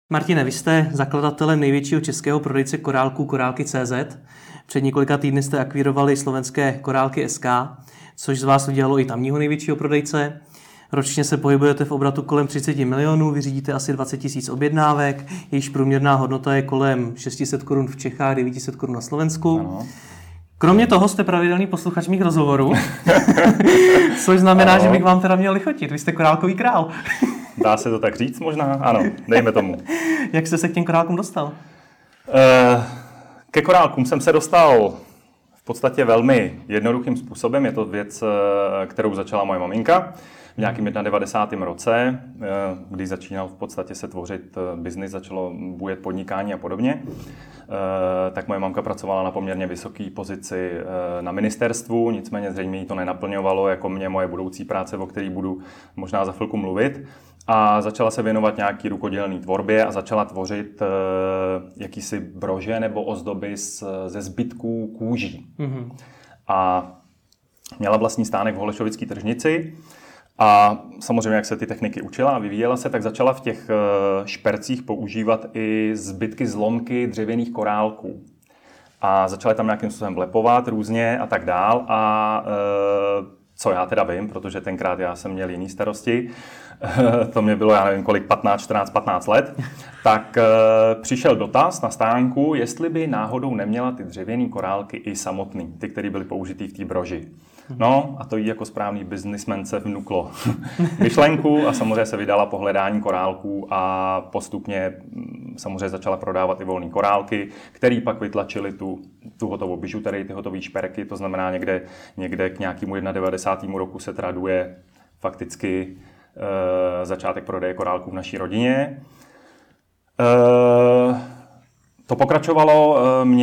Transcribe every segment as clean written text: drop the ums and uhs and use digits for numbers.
Martine, vy jste zakladatelem největšího českého prodejce korálků Korálky.cz. Před několika týdny jste akvírovali slovenské Korálky SK, což z vás udělalo i tamního největšího prodejce. Ročně se pohybujete v obratu kolem 30 milionů, vyřídíte asi 20 000 objednávek, jejíž průměrná hodnota je kolem 600 korun v Čechách, 900 korun na Slovensku. Ano. Kromě toho jste pravidelný posluchač mých rozhovorů, což znamená, že bych vám teda měl lichotit. Vy jste korálkový král. Dá se to tak říct možná? Ano, dejme tomu. Jak jste se k těm korálkům dostal? Ke korálkům jsem se dostal v podstatě velmi jednoduchým způsobem. Je to věc, kterou začala moje maminka v nějakém 91. roce, když začínal v podstatě se tvořit biznis, začalo bujet podnikání a podobně. Tak moje mamka pracovala na poměrně vysoké pozici na ministerstvu, nicméně zřejmě jí to nenaplňovalo jako mě moje budoucí práce, o které budu možná za chvilku mluvit. A začala se věnovat nějaký rukodělné tvorbě a začala tvořit jakýsi brože nebo ozdoby ze zbytků kůží. Mm-hmm. A měla vlastní stánek v Holešovické tržnici. A samozřejmě, jak se ty techniky učila a vyvíjela se, tak začala v těch špercích používat i zbytky zlomky dřevěných korálků. A začala tam nějakým způsobem vlepovat různě a tak dál. A co já teda vím, protože tenkrát já jsem měl jiný starosti, to mě bylo, já nevím kolik, 15 let, tak přišel dotaz na stánku, jestli by náhodou neměla ty dřevěný korálky i samotný, ty, které byly použitý v té broži. No a to jí jako správný biznismen se vnuklo myšlenku a samozřejmě se vydala po hledání korálků a postupně samozřejmě začala prodávat i volné korálky, které pak vytlačily tu hotovou bižuterii, ty hotové šperky, to znamená někde k nějakému 91. roku se traduje fakticky začátek prodeje korálků v naší rodině. To pokračovalo,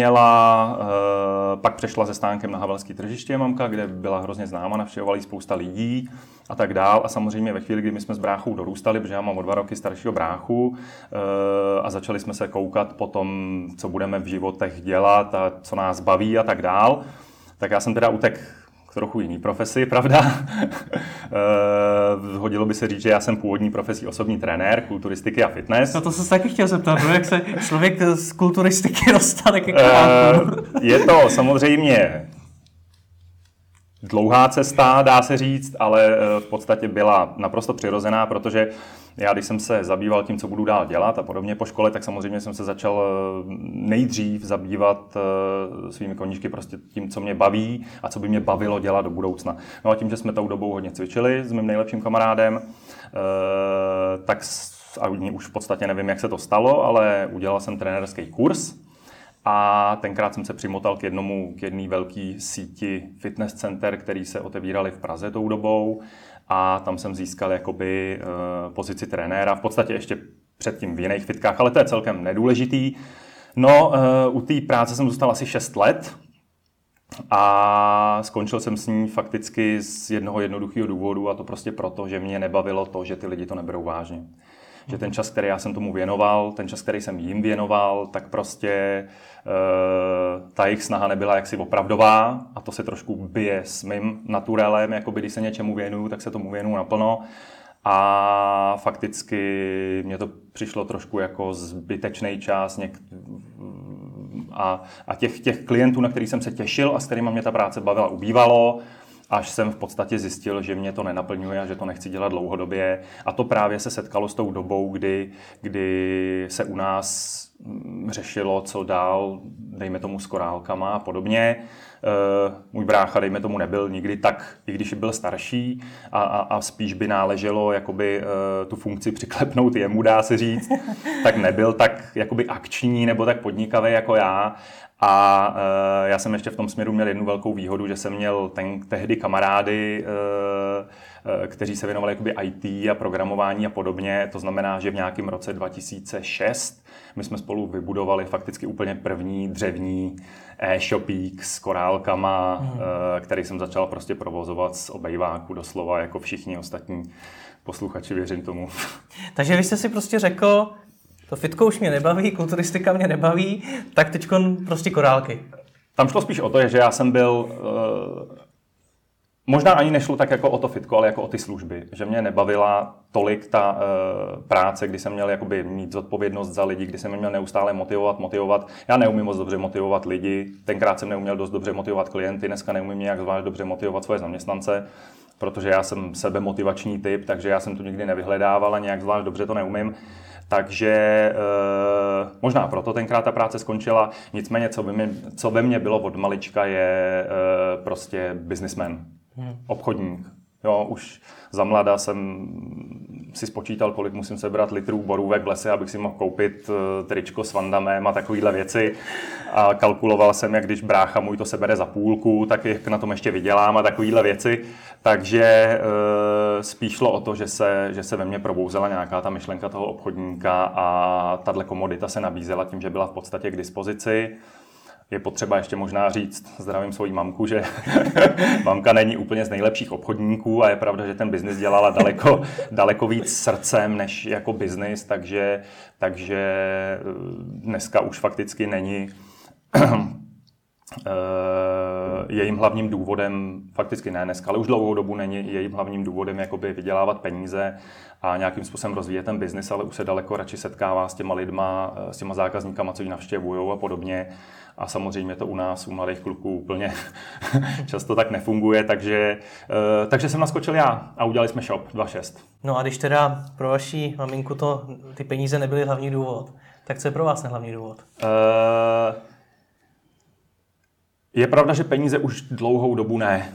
pak přešla se stánkem na Havelský tržiště mamka, kde byla hrozně známa, navštěvovali spousta lidí a tak dál. A samozřejmě ve chvíli, kdy my jsme s bráchou dorůstali, protože já mám o 2 roky staršího bráchu a začali jsme se koukat po tom, co budeme v životech dělat a co nás baví a tak dál, tak já jsem teda utekl trochu jiný profesi, pravda? Hodilo by se říct, že já jsem původní profesí osobní trenér, kulturistiky a fitness. No to jsem se taky chtěl zeptat, jak se člověk z kulturistiky dostane ke korálku. Je to samozřejmě dlouhá cesta, dá se říct, ale v podstatě byla naprosto přirozená, protože já, když jsem se zabýval tím, co budu dál dělat a podobně po škole, tak samozřejmě jsem se začal nejdřív zabývat svými koníčky prostě tím, co mě baví a co by mě bavilo dělat do budoucna. No a tím, že jsme tou dobou hodně cvičili s mým nejlepším kamarádem, tak a už v podstatě nevím, jak se to stalo, ale udělal jsem trenérský kurz. A tenkrát jsem se přimotal k jedné velké síti fitness center, který se otevíraly v Praze tou dobou. A tam jsem získal jakoby pozici trenéra, v podstatě ještě předtím v jiných fitkách, ale to je celkem nedůležitý. No, u té práce jsem zůstal asi 6 let a skončil jsem s ní fakticky z jednoho jednoduchého důvodu, a to prostě proto, že mě nebavilo to, že ty lidi to neberou vážně. Že ten čas, který já jsem tomu věnoval, ten čas, který jsem jim věnoval, tak prostě ta jejich snaha nebyla jaksi opravdová a to se trošku bije s mým naturelem, jakoby když se něčemu věnuju, tak se tomu věnuju naplno a fakticky mně to přišlo trošku jako zbytečný čas a těch klientů, na kterých jsem se těšil a s kterými mě ta práce bavila, ubývalo, až jsem v podstatě zjistil, že mě to nenaplňuje a že to nechci dělat dlouhodobě. A to právě se setkalo s tou dobou, kdy se u nás řešilo, co dál, dejme tomu s korálkama a podobně. Můj brácha, dejme tomu, nebyl nikdy tak, i když byl starší a spíš by náleželo jakoby tu funkci přiklepnout jemu, dá se říct, tak nebyl tak jakoby akční nebo tak podnikavý jako já. A já jsem ještě v tom směru měl jednu velkou výhodu, že jsem měl tehdy kamarády, kteří se věnovali jakoby IT a programování a podobně. To znamená, že v nějakém roce 2006 my jsme spolu vybudovali fakticky úplně první dřevní e-shopík s korálkama, který jsem začal prostě provozovat z obejváku doslova jako všichni ostatní posluchači, věřím tomu. Takže vy jste si prostě řekl, to fitko už mě nebaví, kulturistika mě nebaví, tak teďkon prostě korálky. Tam šlo spíš o to, že já jsem byl Možná ani nešlo tak jako o to fitko, ale jako o ty služby. Že mě nebavila tolik ta práce, kdy jsem měl jakoby mít zodpovědnost za lidi, kdy jsem měl neustále motivovat. Já neumím moc dobře motivovat lidi, tenkrát jsem neuměl dost dobře motivovat klienty, dneska neumím nějak zvlášť dobře motivovat svoje zaměstnance, protože já jsem sebemotivační typ, takže já jsem to nikdy nevyhledával a nějak zvlášť dobře to neumím. Takže možná proto tenkrát ta práce skončila. Nicméně, co ve mně bylo od malička, je prostě businessman, obchodník. Jo, už za mladá jsem si spočítal, kolik musím sebrat litrů borůvek v lese, abych si mohl koupit tričko s Vandamem a takovýhle věci. A kalkuloval jsem, jak když brácha můj to sebere za půlku, tak jak na tom ještě vydělám a takovýhle věci. Takže spíš šlo o to, že se ve mně probouzela nějaká ta myšlenka toho obchodníka a tahle komodita se nabízela tím, že byla v podstatě k dispozici. Je potřeba ještě možná říct, zdravím svoji mamku, že mamka není úplně z nejlepších obchodníků a je pravda, že ten biznis dělala daleko víc srdcem než jako biznis, takže dneska už fakticky není jejím hlavním důvodem, fakticky ne dneska, ale už dlouhou dobu není jejím hlavním důvodem jakoby vydělávat peníze a nějakým způsobem rozvíjet ten biznis, ale už se daleko radši setkává s těma lidma, s těma zákazníkama, co ji navštěvují a podobně. A samozřejmě to u nás, u mladých kluků úplně často tak nefunguje, takže jsem naskočil já a udělali jsme shop 2.6. No a když teda pro vaši maminku ty peníze nebyly hlavní důvod, tak co je pro vás ten hlavní důvod? Je pravda, že peníze už dlouhou dobu ne.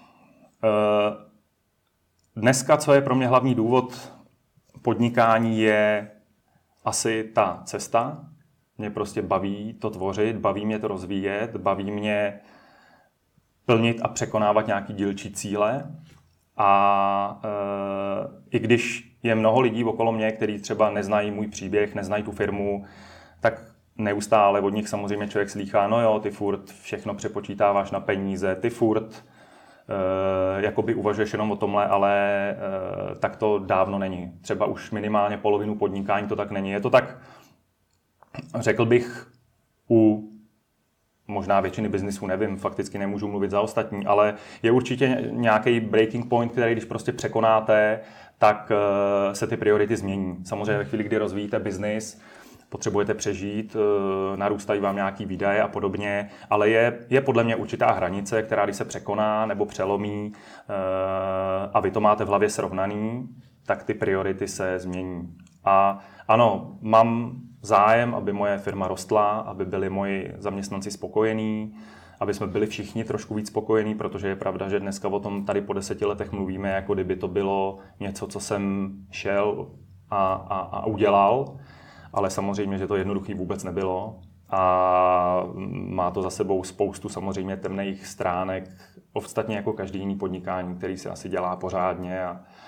Dneska, co je pro mě hlavní důvod podnikání, je asi ta cesta. Mě prostě baví to tvořit, baví mě to rozvíjet, baví mě plnit a překonávat nějaký dílčí cíle. A i když je mnoho lidí okolo mě, kteří třeba neznají můj příběh, neznají tu firmu, tak neustále od nich samozřejmě člověk slýchá, no jo, ty furt všechno přepočítáváš na peníze, ty furt jakoby uvažuješ jenom o tomhle, ale tak to dávno není. Třeba už minimálně polovinu podnikání to tak není. Je to tak, řekl bych, u možná většiny biznisů, nevím, fakticky nemůžu mluvit za ostatní, ale je určitě nějaký breaking point, který když prostě překonáte, tak se ty priority změní. Samozřejmě ve chvíli, kdy rozvíjíte biznis, potřebujete přežít, narůstají vám nějaký výdaje a podobně, ale je podle mě určitá hranice, která když se překoná nebo přelomí a vy to máte v hlavě srovnaný, tak ty priority se změní. A ano, mám zájem, aby moje firma rostla, aby byli moji zaměstnanci spokojení, aby jsme byli všichni trošku víc spokojení, protože je pravda, že dneska o tom tady po 10 letech mluvíme, jako kdyby to bylo něco, co jsem šel a udělal, ale samozřejmě, že to jednoduchý vůbec nebylo a má to za sebou spoustu samozřejmě temných stránek, ostatně jako každý jiný podnikání, který se asi dělá pořádně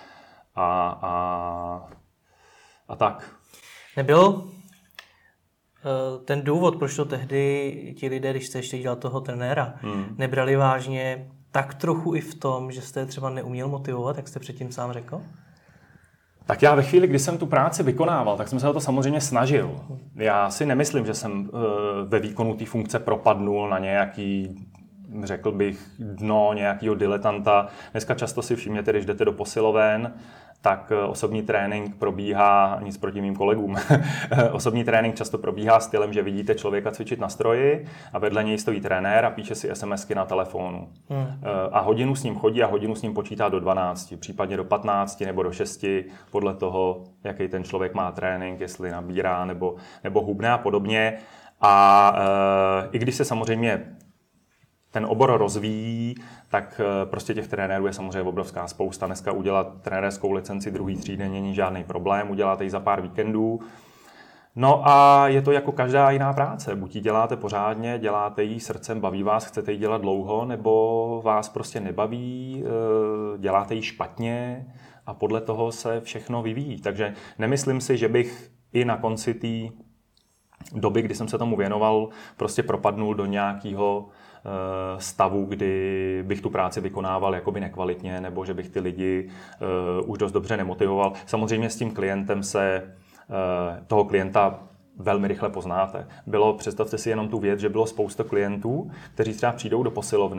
a tak. Nebyl ten důvod, proč to tehdy ti lidé, když jste ještě dělal toho trenéra, nebrali vážně, tak trochu i v tom, že jste třeba neuměl motivovat, jak jste předtím sám řekl? Tak já ve chvíli, kdy jsem tu práci vykonával, tak jsem se o to samozřejmě snažil. Já si nemyslím, že jsem ve výkonu té funkce propadnul na nějaký, řekl bych, dno nějakého diletanta. Dneska často si všimněte, když jdete do posiloven, tak osobní trénink probíhá, nic proti mým kolegům, osobní trénink často probíhá stylem, že vidíte člověka cvičit na stroji a vedle něj stojí trenér a píše si SMSky na telefonu. A hodinu s ním chodí a hodinu s ním počítá do 12, případně do 15 nebo do 6, podle toho, jaký ten člověk má trénink, jestli nabírá nebo hubne a podobně. A i když se samozřejmě ten obor rozvíjí, tak prostě těch trenérů je samozřejmě obrovská spousta. Dneska udělat trenérskou licenci 2. třídy není žádný problém, uděláte ji za pár víkendů. No a je to jako každá jiná práce. Buď ji děláte pořádně, děláte ji srdcem, baví vás, chcete ji dělat dlouho, nebo vás prostě nebaví, děláte ji špatně a podle toho se všechno vyvíjí. Takže nemyslím si, že bych i na konci té doby, kdy jsem se tomu věnoval, prostě propadnul do nějakého stavu, kdy bych tu práci vykonával jakoby nekvalitně, nebo že bych ty lidi už dost dobře nemotivoval. Samozřejmě s tím klientem toho klienta velmi rychle poznáte. Představte si jenom tu věc, že bylo spousta klientů, kteří třeba přijdou do posilovny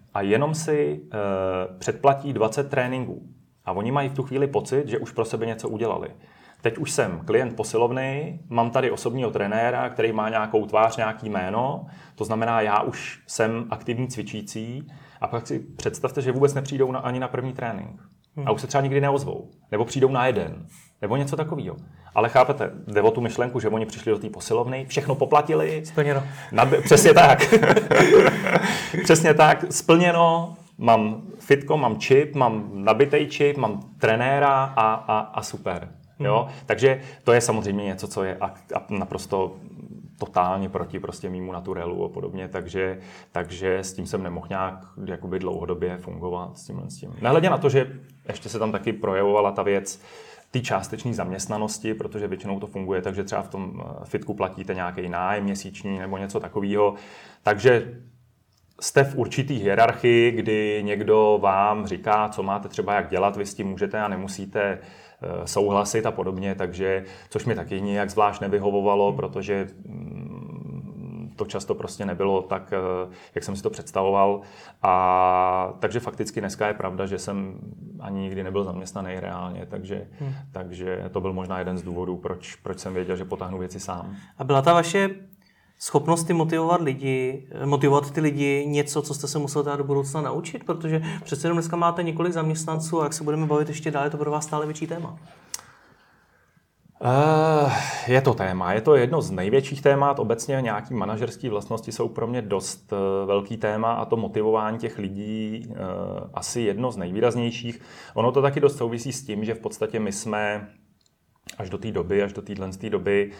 a jenom si předplatí 20 tréninků. A oni mají v tu chvíli pocit, že už pro sebe něco udělali. Teď už jsem klient posilovny, mám tady osobního trenéra, který má nějakou tvář, nějaký jméno, to znamená, já už jsem aktivní cvičící a pak si představte, že vůbec nepřijdou ani na první trénink. A už se třeba nikdy neozvou. Nebo přijdou na jeden. Nebo něco takového. Ale chápete, jde o tu myšlenku, že oni přišli do té posilovny, všechno poplatili. Splněno. Přesně tak. Přesně tak, splněno. Mám fitko, mám čip, mám nabitej čip, mám trenéra a super. Jo? Takže to je samozřejmě něco, co je naprosto totálně proti prostě mýmu naturelu a podobně, takže s tím jsem nemohl nějak jakoby dlouhodobě fungovat s tím. Nehledě na to, že ještě se tam taky projevovala ta věc té částečné zaměstnanosti, protože většinou to funguje, takže třeba v tom fitku platíte nějaký nájem měsíční nebo něco takového, takže jste v určitý hierarchii, kdy někdo vám říká, co máte třeba jak dělat, vy s tím můžete a nemusíte souhlasit a podobně, takže což mi taky nijak zvlášť nevyhovovalo, protože to často prostě nebylo tak, jak jsem si to představoval. A takže fakticky dneska je pravda, že jsem ani nikdy nebyl zaměstnaný reálně, takže to byl možná jeden z důvodů, proč jsem věděl, že potáhnu věci sám. A byla ta vaše schopnost motivovat ty lidi něco, co jste se musel teda do budoucna naučit? Protože přece jenom dneska máte několik zaměstnanců a jak se budeme bavit ještě dál, je to pro vás stále větší téma. Je to téma. Je to jedno z největších témat. Obecně nějaké manažerské vlastnosti jsou pro mě dost velký téma a to motivování těch lidí asi jedno z nejvýraznějších. Ono to taky dost souvisí s tím, že v podstatě my jsme až do téhle doby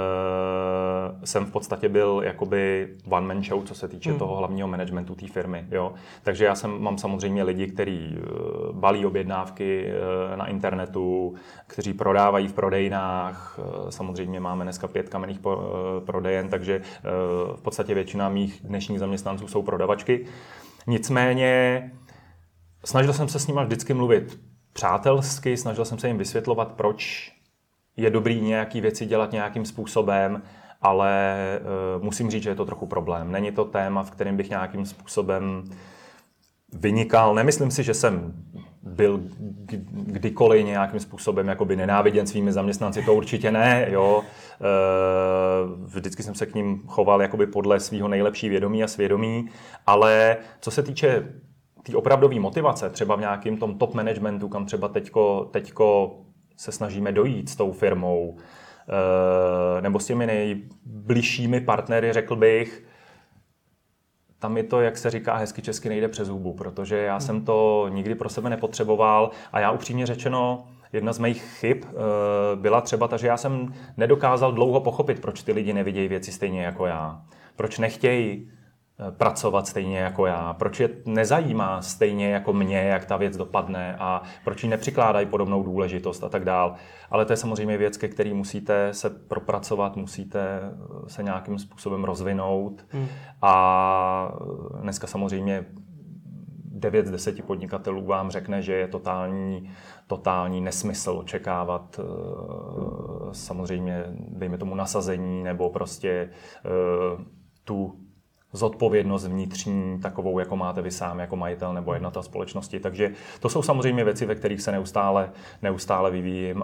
jsem v podstatě byl jakoby one man show, co se týče toho hlavního managementu té firmy. Jo? Takže já mám samozřejmě lidi, kteří balí objednávky na internetu, kteří prodávají v prodejnách. Samozřejmě máme dneska 5 kamenných prodejen, takže v podstatě většina mých dnešních zaměstnanců jsou prodavačky. Nicméně snažil jsem se s nimi vždycky mluvit přátelsky, snažil jsem se jim vysvětlovat, proč je dobrý nějaké věci dělat nějakým způsobem, ale musím říct, že je to trochu problém. Není to téma, v kterém bych nějakým způsobem vynikal. Nemyslím si, že jsem byl kdykoliv nějakým způsobem jakoby nenáviděn svými zaměstnanci, to určitě ne. Jo. Vždycky jsem se k ním choval jakoby podle svého nejlepší vědomí a svědomí, ale co se týče té opravdové motivace, třeba v nějakém tom top managementu, kam třeba teďko se snažíme dojít s tou firmou, nebo s těmi nejbližšími partnery, řekl bych, tam je to, jak se říká hezky česky, nejde přes hubu, protože já jsem to nikdy pro sebe nepotřeboval a já upřímně řečeno, jedna z mých chyb byla třeba ta, že já jsem nedokázal dlouho pochopit, proč ty lidi nevidějí věci stejně jako já. Proč nechtějí pracovat stejně jako já, proč je nezajímá stejně jako mě, jak ta věc dopadne a proč jí nepřikládají podobnou důležitost a tak dál. Ale to je samozřejmě věc, ke který musíte se propracovat, musíte se nějakým způsobem rozvinout a dneska samozřejmě 9 z 10 podnikatelů vám řekne, že je totální nesmysl očekávat samozřejmě, dejme tomu nasazení nebo prostě tu zodpovědnost vnitřní, takovou, jako máte vy sám jako majitel nebo jednatel společnosti. Takže to jsou samozřejmě věci, ve kterých se neustále vyvíjím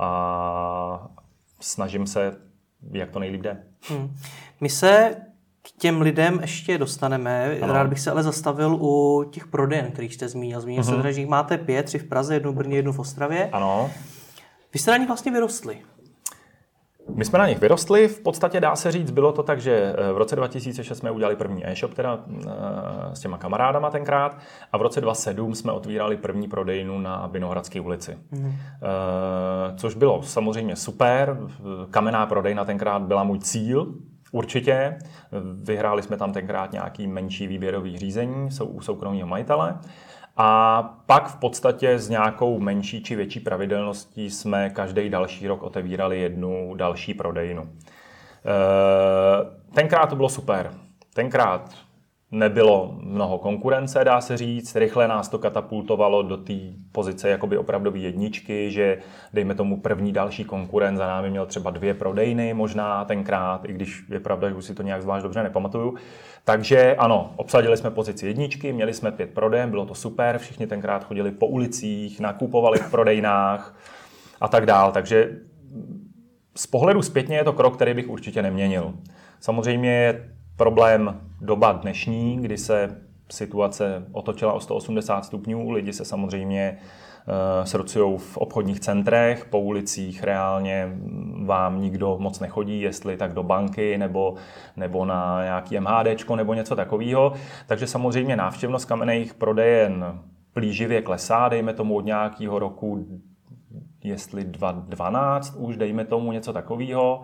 a snažím se, jak to nejlíp jde. My se k těm lidem ještě dostaneme. Ano. Rád bych se ale zastavil u těch prodejen, kterých jste zmínil. Zmínil jste teda, že jich máte 5, 3 v Praze, 1 v Brně, 1 v Ostravě. Ano. Vy jste na nich vlastně vyrostli. My jsme na nich vyrostli, v podstatě dá se říct, bylo to tak, že v roce 2006 jsme udělali první e-shop teda s těma kamarádama tenkrát a v roce 2007 jsme otvírali první prodejnu na Vinohradské ulici. Což bylo samozřejmě super, kamenná prodejna tenkrát byla můj cíl, určitě. Vyhráli jsme tam tenkrát nějaký menší výběrový řízení u soukromého majitele. A pak v podstatě s nějakou menší či větší pravidelností jsme každý další rok otevírali jednu další prodejnu. Tenkrát to bylo super. Tenkrát nebylo mnoho konkurence, dá se říct. Rychle nás to katapultovalo do té pozice jakoby opravdový jedničky, že dejme tomu první další konkurent za námi měl třeba 2 prodejny možná tenkrát, i když je pravda, že už si to nějak zvlášť dobře nepamatuju. Takže ano, obsadili jsme pozici jedničky, měli jsme 5 prodejen, bylo to super, všichni tenkrát chodili po ulicích, nakupovali v prodejnách a tak dál. Takže z pohledu zpětně je to krok, který bych určitě neměnil. Samozřejmě je problém doba dnešní, kdy se situace otočila o 180 stupňů, lidi se samozřejmě srocují v obchodních centrech, po ulicích reálně vám nikdo moc nechodí, jestli tak do banky nebo na nějaký MHDčko nebo něco takového. Takže samozřejmě návštěvnost kamenných prodejen plíživě klesá, dejme tomu od nějakého roku, jestli 2012 už, dejme tomu něco takového.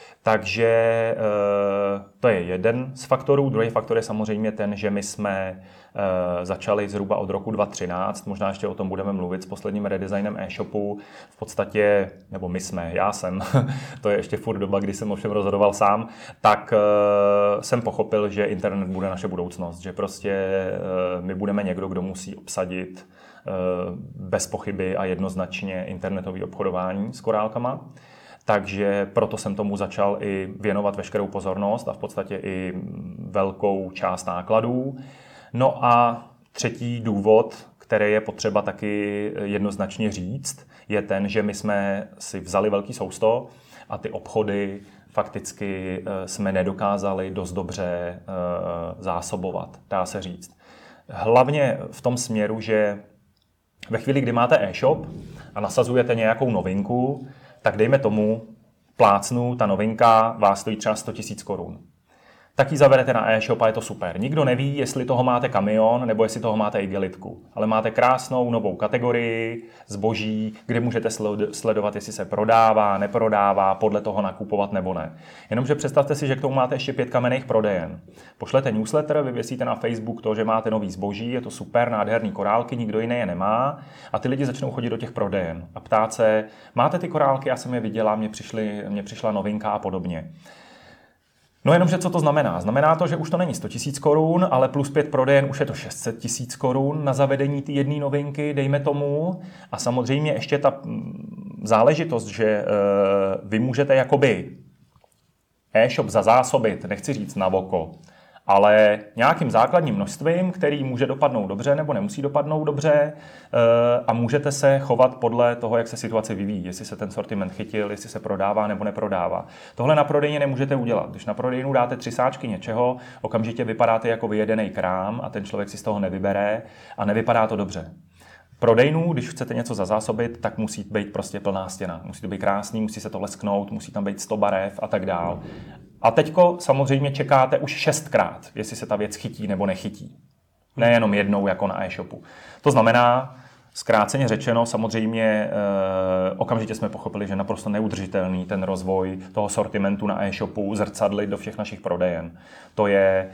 Takže to je jeden z faktorů. Druhý faktor je samozřejmě ten, že my jsme začali zhruba od roku 2013, možná ještě o tom budeme mluvit s posledním redesignem e-shopu. V podstatě, nebo já jsem, to je ještě furt doba, kdy jsem o všem rozhodoval sám, tak jsem pochopil, že internet bude naše budoucnost, že prostě my budeme někdo, kdo musí obsadit bez pochyby a jednoznačně internetové obchodování s korálkama. Takže proto jsem tomu začal i věnovat veškerou pozornost a v podstatě i velkou část nákladů. No a třetí důvod, který je potřeba taky jednoznačně říct, je ten, že my jsme si vzali velký sousto a ty obchody fakticky jsme nedokázali dost dobře zásobovat, dá se říct. Hlavně v tom směru, že ve chvíli, kdy máte e-shop a nasazujete nějakou novinku, tak dejme tomu, plácnu, ta novinka vás stojí třeba 100 000 korun. Tak ji zavedete na e-shop a je to super. Nikdo neví, jestli toho máte kamion nebo jestli toho máte igelitku. Ale máte krásnou novou kategorii zboží, kde můžete sledovat, jestli se prodává, neprodává, podle toho nakupovat nebo ne. Jenomže představte si, že k tomu máte ještě 5 kamenných prodejen. Pošlete newsletter, vyvěsíte na Facebook to, že máte nový zboží, je to super, nádherný korálky, nikdo jiný je nemá a ty lidi začnou chodit do těch prodejen a ptát se, máte ty korálky, já jsem je viděla, mně přišla novinka a podobně. No jenomže co to znamená? Znamená to, že už to není 100 000 korun, ale plus 5 prodejen už je to 600 000 korun na zavedení té jedné novinky, dejme tomu. A samozřejmě ještě ta záležitost, že vy můžete jakoby e-shop zazásobit, nechci říct na oko, ale nějakým základním množstvím, který může dopadnout dobře nebo nemusí dopadnout dobře a můžete se chovat podle toho, jak se situace vyvíjí, jestli se ten sortiment chytil, jestli se prodává nebo neprodává. Tohle na prodejně nemůžete udělat. Když na prodejnu dáte 3 sáčky něčeho, okamžitě vypadáte jako vyjedený krám a ten člověk si z toho nevybere a nevypadá to dobře. Prodejnu, když chcete něco zazásobit, tak musí být prostě plná stěna. Musí to být krásný, musí se to lesknout, musí tam být 100 barev a tak dál. A teďko samozřejmě čekáte už 6krát, jestli se ta věc chytí nebo nechytí. Nejenom jednou jako na e-shopu. To znamená, zkráceně řečeno, samozřejmě okamžitě jsme pochopili, že naprosto neudržitelný ten rozvoj toho sortimentu na e-shopu zrcadlit do všech našich prodejen. To je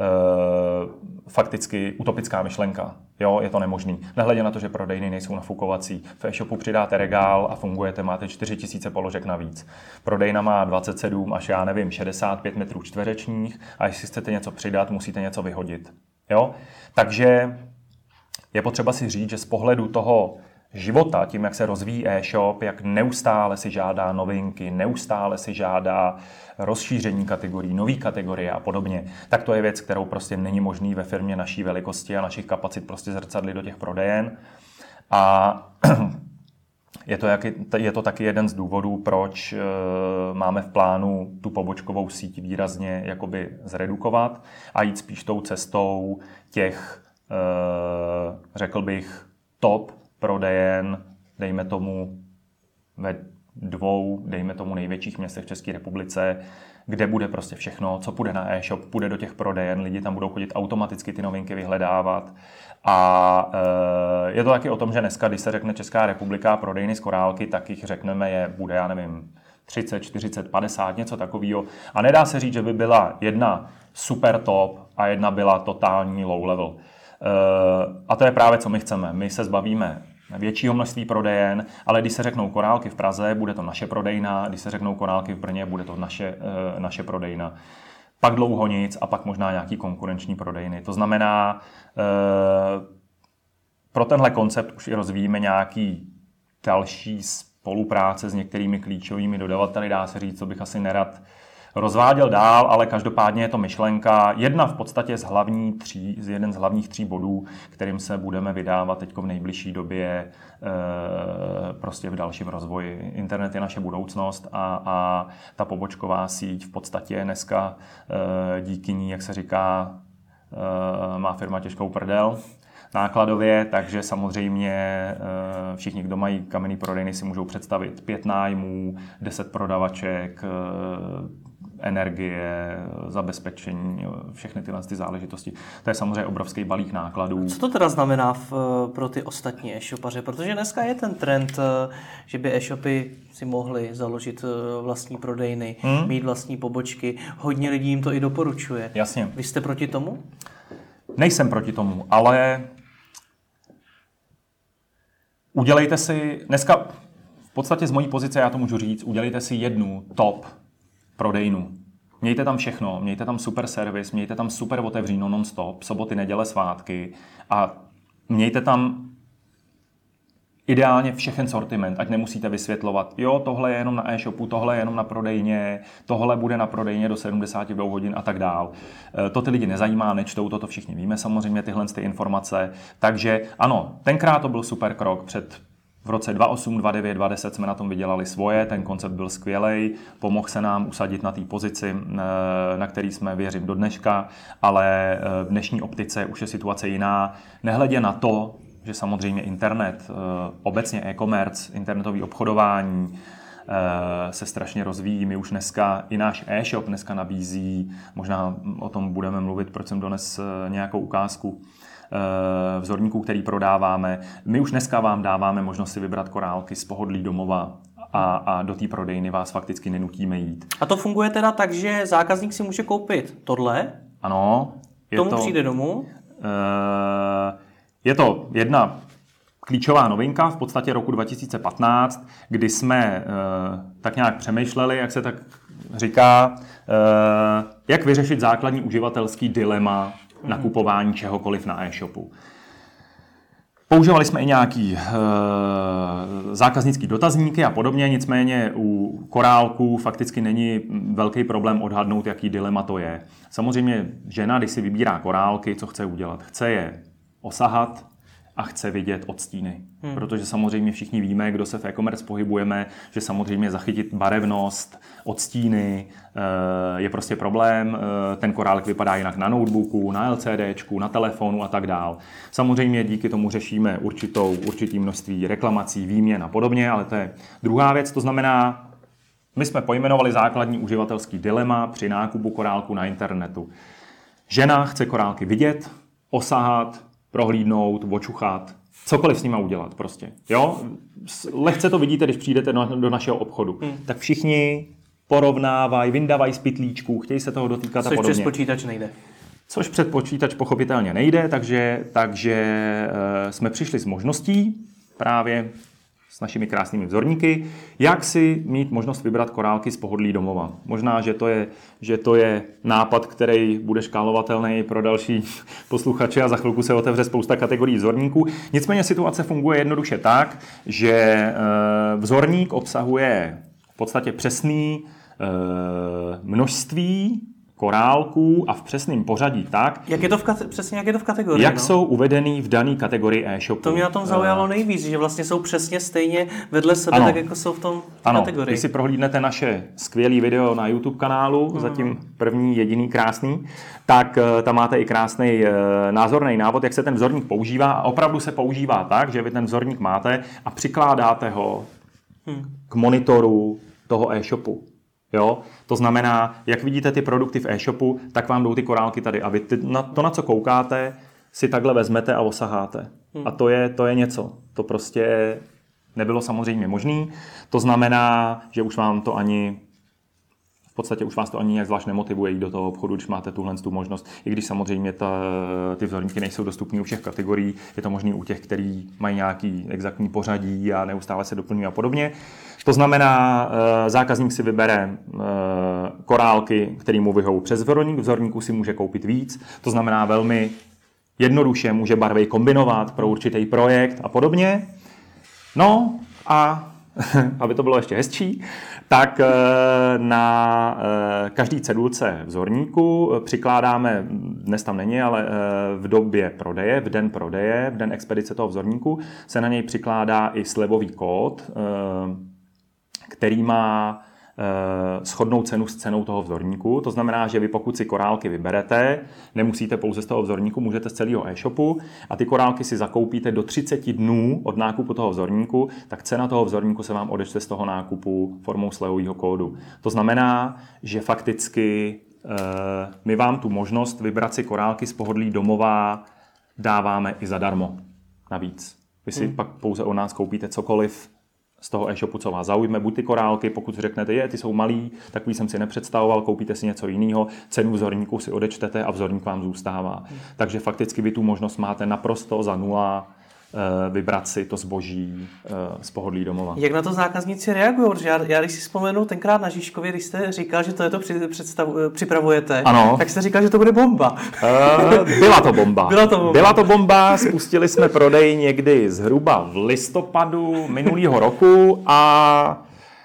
fakticky utopická myšlenka. Jo, je to nemožný. Nehledě na to, že prodejny nejsou nafukovací. V e-shopu přidáte regál a fungujete, máte 4000 položek navíc. Prodejna má 27 až 65 metrů čtverečních a jestli chcete něco přidat, musíte něco vyhodit. Jo? Takže je potřeba si říct, že z pohledu toho života, tím, jak se rozvíjí e-shop, jak neustále si žádá novinky, neustále si žádá rozšíření kategorií, nový kategorie a podobně, tak to je věc, kterou prostě není možný ve firmě naší velikosti a našich kapacit prostě zrcadlit do těch prodejen. A je to taky jeden z důvodů, proč máme v plánu tu pobočkovou síť výrazně jakoby zredukovat a jít spíš tou cestou těch, řekl bych, top prodejen, dejme tomu ve 2, dejme tomu největších městech v České republice, kde bude prostě všechno, co půjde na e-shop, půjde do těch prodejen, lidi tam budou chodit automaticky ty novinky vyhledávat. A je to taky o tom, že dneska, když se řekne Česká republika a prodejny z korálky, tak jich řekneme, bude, já nevím, 30, 40, 50, něco takového. A nedá se říct, že by byla jedna super top a jedna byla totální low level. A to je právě, co my chceme. My se zbavíme většího množství prodejen, ale když se řeknou korálky v Praze, bude to naše prodejna, když se řeknou korálky v Brně, bude to naše prodejna. pak dlouho nic a pak možná nějaký konkurenční prodejny. To znamená, pro tenhle koncept už i rozvíjíme nějaký další spolupráce s některými klíčovými dodavateli, dá se říct, co bych asi nerad rozváděl dál, ale každopádně je to myšlenka, jeden z hlavních 3 bodů, kterým se budeme vydávat teď v nejbližší době prostě v dalším rozvoji. Internet je naše budoucnost a ta pobočková síť v podstatě dneska díky ní, jak se říká, má firma těžkou prdel nákladově, takže samozřejmě všichni, kdo mají kamenný prodejny, si můžou představit 5 nájmů, 10 prodavaček, energie, zabezpečení, všechny tyhle záležitosti. To je samozřejmě obrovský balík nákladů. Co to teda znamená pro ty ostatní e-shopaře? Protože dneska je ten trend, že by e-shopy si mohli založit vlastní prodejny, mít vlastní pobočky. Hodně lidí jim to i doporučuje. Jasně. Vy jste proti tomu? Nejsem proti tomu, ale udělejte si, dneska v podstatě z mojí pozice, já to můžu říct, udělejte si jednu top prodejnu. Mějte tam všechno, mějte tam super servis, mějte tam super otevříno non-stop, soboty, neděle, svátky a mějte tam ideálně všechen sortiment, ať nemusíte vysvětlovat, jo, tohle je jenom na e-shopu, tohle je jenom na prodejně, tohle bude na prodejně do 72 hodin a tak dál. To ty lidi nezajímá, nečtou, to všichni víme samozřejmě tyhle ty informace. Takže ano, tenkrát to byl super krok v roce 2008, 2009, 2010 jsme na tom vydělali svoje, ten koncept byl skvělej, pomohl se nám usadit na té pozici, na který jsme, věřím, do dneška, ale v dnešní optice už je situace jiná. Nehledě na to, že samozřejmě internet, obecně e-commerce, internetový obchodování se strašně rozvíjí. My už dneska, i náš e-shop dneska nabízí, možná o tom budeme mluvit, proč jsem dones nějakou ukázku vzorníků, který prodáváme. My už dneska vám dáváme možnost si vybrat korálky z pohodlí domova a do té prodejny vás fakticky nenutíme jít. A to funguje teda tak, že zákazník si může koupit tohle? Ano. Tomu přijde domů? Je to jedna klíčová novinka v podstatě roku 2015, kdy jsme tak nějak přemýšleli, jak se tak říká, jak vyřešit základní uživatelský dilema nakupování čehokoliv na e-shopu. Používali jsme i nějaký zákaznický dotazníky a podobně, nicméně u korálků fakticky není velký problém odhadnout, jaký dilema to je. Samozřejmě žena, když si vybírá korálky, co chce udělat? Chce je osahat a chce vidět odstíny. Protože samozřejmě všichni víme, kdo se v e-commerce pohybujeme, že samozřejmě zachytit barevnost, odstíny je prostě problém. Ten korálek vypadá jinak na notebooku, na LCDčku, na telefonu a tak dál. Samozřejmě díky tomu řešíme určitý množství reklamací, výměn a podobně, ale to je druhá věc. To znamená, my jsme pojmenovali základní uživatelský dilema při nákupu korálku na internetu. Žena chce korálky vidět, osahat, prohlídnout, očuchat, cokoliv s nima udělat prostě. Jo? Lehce to vidíte, když přijdete do našeho obchodu. Tak všichni porovnávají, vyndávají z pytlíčků, chtějí se toho dotýkat a podobně. Což přes počítač nejde. Což před počítač pochopitelně nejde, takže jsme přišli s možností právě s našimi krásnými vzorníky, jak si mít možnost vybrat korálky z pohodlí domova. Možná, že to je nápad, který bude škálovatelný pro další posluchače a za chvilku se otevře spousta kategorií vzorníků. Nicméně situace funguje jednoduše tak, že vzorník obsahuje v podstatě přesný množství korálků a v přesném pořadí tak, přesně jak je to v kategorii. Jak jsou uvedený v dané kategorii e-shopu. To mě na tom zaujalo nejvíc, že vlastně jsou přesně stejně vedle sebe, tak jako jsou v tom kategorii. Když si prohlídnete naše skvělé video na YouTube kanálu, zatím první, jediný, krásný, tak tam máte i krásný názorný návod, jak se ten vzorník používá a opravdu se používá tak, že vy ten vzorník máte a přikládáte ho k monitoru toho e-shopu. Jo? To znamená, jak vidíte ty produkty v e-shopu, tak vám jdou ty korálky tady a vy na co koukáte, si takhle vezmete a osaháte. A to je něco. To prostě nebylo samozřejmě možné. To znamená, že už vám to ani už vás to ani nějak zvlášť nemotivuje jít do toho obchodu, když máte tuhle tu možnost. I když samozřejmě ty vzorníky nejsou dostupné u všech kategorií, je to možné u těch, kteří mají nějaký exaktní pořadí a neustále se doplňují a podobně. To znamená, zákazník si vybere korálky, který mu vyhovují přes vzorník. V vzorníku si může koupit víc, to znamená velmi jednoduše může barvy kombinovat pro určitý projekt a podobně. No a aby to bylo ještě hezčí, tak na každý cedulce vzorníku přikládáme, dnes tam není, ale v době prodeje, v den expedice toho vzorníku, se na něj přikládá i slevový kód, který má shodnou cenu s cenou toho vzorníku. To znamená, že vy pokud si korálky vyberete, nemusíte pouze z toho vzorníku, můžete z celého e-shopu a ty korálky si zakoupíte do 30 dnů od nákupu toho vzorníku, tak cena toho vzorníku se vám odečte z toho nákupu formou slevového kódu. To znamená, že fakticky my vám tu možnost vybrat si korálky z pohodlí domova dáváme i zadarmo. Navíc. Vy si pak pouze od nás koupíte cokoliv z toho e-shopu, co vás zaujme, buď ty korálky, pokud řeknete, ty jsou malý, takový jsem si nepředstavoval, koupíte si něco jiného, cenu vzorníku si odečtete a vzorník vám zůstává. Takže fakticky vy tu možnost máte naprosto za nula vybrat si to zboží z pohodlí domova. Jak na to zákazníci reagují? Protože já když si vzpomenu tenkrát na Žižkově, když jste říkal, že to připravujete, ano. Tak jste říkal, že to bude bomba. Byla to bomba. Byla to bomba, spustili jsme prodej někdy zhruba v listopadu minulého roku a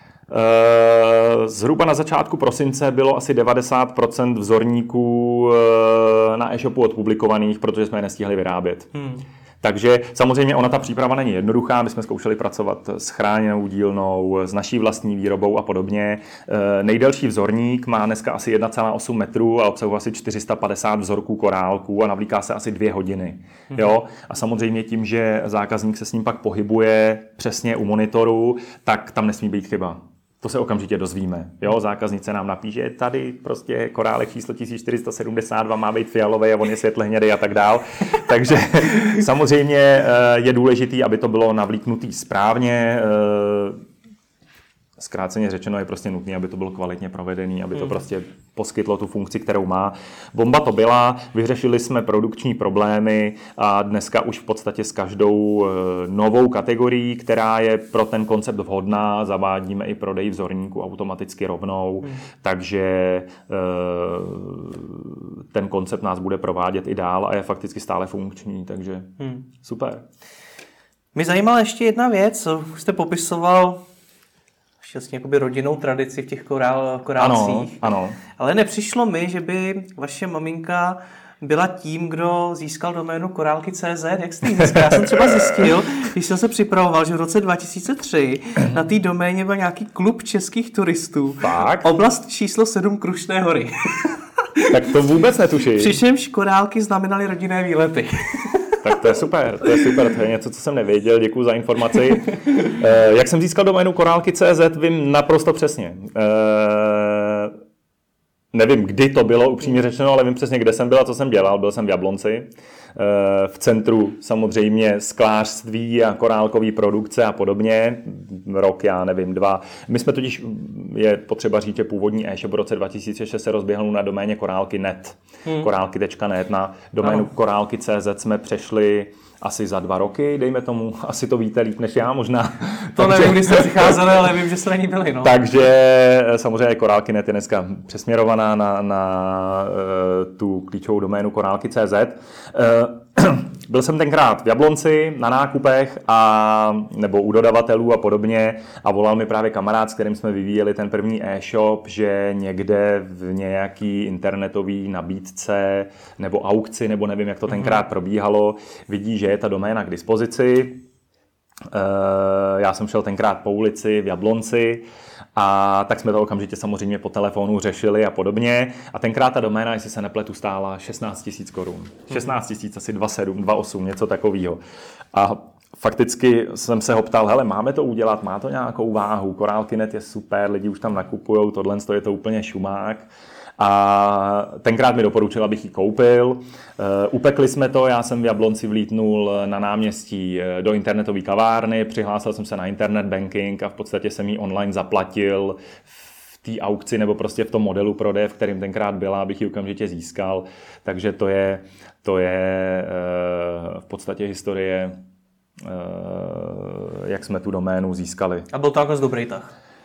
zhruba na začátku prosince bylo asi 90% vzorníků na e-shopu odpublikovaných, protože jsme je nestihli vyrábět. Takže samozřejmě ona ta příprava není jednoduchá, my jsme zkoušeli pracovat s chráněnou dílnou, s naší vlastní výrobou a podobně. Nejdelší vzorník má dneska asi 1,8 metru a obsahuje asi 450 vzorků korálků a navlíká se asi 2 hodiny. Jo? A samozřejmě tím, že zákazník se s ním pak pohybuje přesně u monitoru, tak tam nesmí být chyba. To se okamžitě dozvíme. Jo, zákaznice nám napíše, tady prostě korálek číslo 1472 má být fialový a on je světle hnědý a tak dál. Takže samozřejmě je důležitý, aby to bylo navlíknutý správně. Zkráceně řečeno je prostě nutné, aby to bylo kvalitně provedený, aby to prostě poskytlo tu funkci, kterou má. Bomba to byla, vyřešili jsme produkční problémy a dneska už v podstatě s každou novou kategorií, která je pro ten koncept vhodná, zavádíme i prodej vzorníku automaticky rovnou, takže ten koncept nás bude provádět i dál a je fakticky stále funkční, takže super. Mě zajímala ještě jedna věc, co jste popisoval vlastně jakoby rodinnou tradici v těch korálcích. Ano. Ale nepřišlo mi, že by vaše maminka byla tím, kdo získal doménu korálky.cz. Jak jste ji získal? Já jsem třeba zjistil, když jsem se připravoval, že v roce 2003 na té doméně byl nějaký klub českých turistů. Tak. Oblast číslo 7 Krušné hory. Tak to vůbec netuším. Přičemž korálky znamenaly rodinné výlety. Tak to je super, to je něco, co jsem nevěděl, děkuji za informaci. Jak jsem získal doménu korálky.cz, vím naprosto přesně. Nevím, kdy to bylo, upřímně řečeno, ale vím přesně, kde jsem byl a co jsem dělal. Byl jsem v Jablonci, v centru samozřejmě sklářství a korálkový produkce a podobně. Rok, já nevím, 2. My jsme totiž, je potřeba říct, že původní e-shop v roce 2006 se rozběhl na doméně korálky.net. Korálky.net. Na doménu korálky.cz jsme přešli asi za 2 roky, dejme tomu, asi to víte líp než já možná. To nevím, kdy jste přicházeli, ale vím, že jste na ní byli. No. Takže samozřejmě Korálky.net je dneska přesměrovaná na tu klíčovou doménu korálky.cz. Byl jsem tenkrát v Jablonci na nákupech nebo u dodavatelů a podobně a volal mi právě kamarád, s kterým jsme vyvíjeli ten první e-shop, že někde v nějaký internetový nabídce nebo aukci, nebo nevím, jak to tenkrát probíhalo, vidí, že je ta doména k dispozici. Já jsem šel tenkrát po ulici v Jablonci a tak jsme to okamžitě samozřejmě po telefonu řešili a podobně. A tenkrát ta doména, jestli se nepletu, stála 16 000 korun. 16 000, asi 2,7, 2,8, něco takového. A fakticky jsem se ho ptal, hele, máme to udělat, má to nějakou váhu, Korálky.net je super, lidi už tam nakupujou, tohle je to úplně šumák. A tenkrát mi doporučil, abych ji koupil. Upekli jsme to, já jsem v Jablonci vlítnul na náměstí do internetové kavárny, přihlásil jsem se na internet banking a v podstatě jsem ji online zaplatil v té aukci nebo prostě v tom modelu prodeje, v kterým tenkrát byla, abych ji okamžitě získal. Takže to je v podstatě historie, jak jsme tu doménu získali. A byl to jako dobrý tah?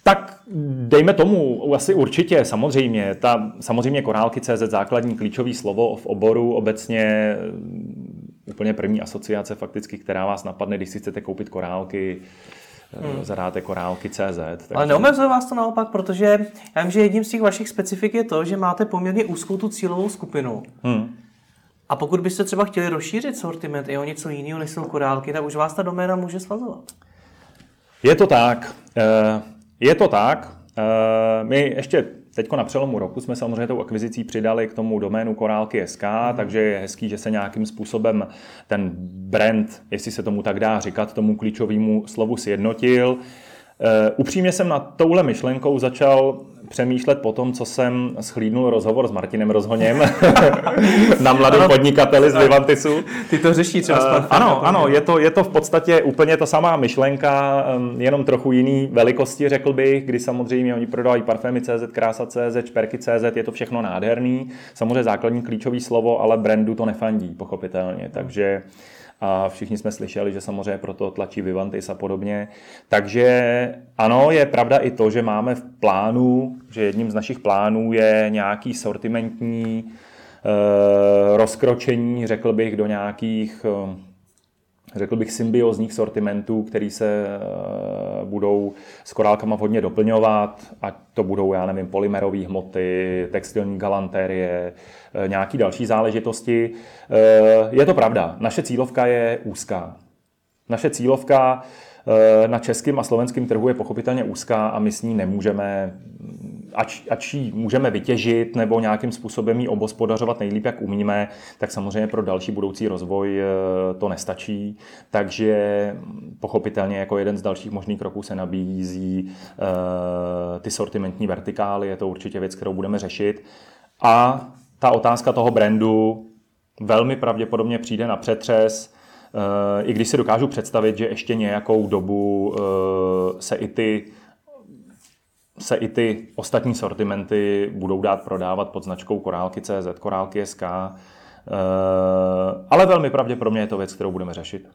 Tak dejme tomu, asi určitě, samozřejmě. Samozřejmě korálky.cz, základní klíčové slovo v oboru, obecně úplně první asociace fakticky, která vás napadne, když si chcete koupit korálky, zadáte korálky.cz. Takže... Ale neomezuje vás to naopak, protože já vím, že jedním z těch vašich specifik je to, že máte poměrně úzkou tu cílovou skupinu. A pokud byste třeba chtěli rozšířit sortiment i o něco jiného, než jsou korálky, tak už vás ta doména může svazovat. Je to tak. Je to tak. My ještě teďko na přelomu roku jsme samozřejmě tou akvizicí přidali k tomu doménu korálky.sk, takže je hezký, že se nějakým způsobem ten brand, jestli se tomu tak dá říkat, tomu klíčovému slovu sjednotil. Upřímně jsem nad touhle myšlenkou začal přemýšlet po tom, co jsem shlídnul rozhovor s Martinem Rozhoněm na Mladém podnikateli z Vivantisu. Ty to řeší třeba. Ano, je to v podstatě úplně ta samá myšlenka, jenom trochu jiný velikosti, řekl bych, kdy samozřejmě oni prodávají parfémy.cz, krása.cz, šperky.cz, je to všechno nádherný. Samozřejmě základní klíčový slovo, ale brandu to nefandí, pochopitelně, takže a všichni jsme slyšeli, že samozřejmě proto tlačí Vivantis a podobně. Takže ano, je pravda i to, že máme v plánu, že jedním z našich plánů je nějaký sortimentní rozkročení, řekl bych, do nějakých, symbiózních sortimentů, který se budou s korálkama hodně doplňovat, ať to budou, já nevím, polymerové hmoty, textilní galantérie, nějaké další záležitosti. Je to pravda, naše cílovka je úzká. Naše cílovka na českém a slovenském trhu je pochopitelně úzká a my s ní nemůžeme, ač ji můžeme vytěžit nebo nějakým způsobem ji obospodařovat nejlíp, jak umíme, tak samozřejmě pro další budoucí rozvoj to nestačí. Takže pochopitelně jako jeden z dalších možných kroků se nabízí ty sortimentní vertikály, je to určitě věc, kterou budeme řešit. A ta otázka toho brandu velmi pravděpodobně přijde na přetřes, i když si dokážu představit, že ještě nějakou dobu se i ty ostatní sortimenty budou dát prodávat pod značkou korálky.cz, korálky.sk, ale velmi pravděpodobně je to věc, kterou budeme řešit.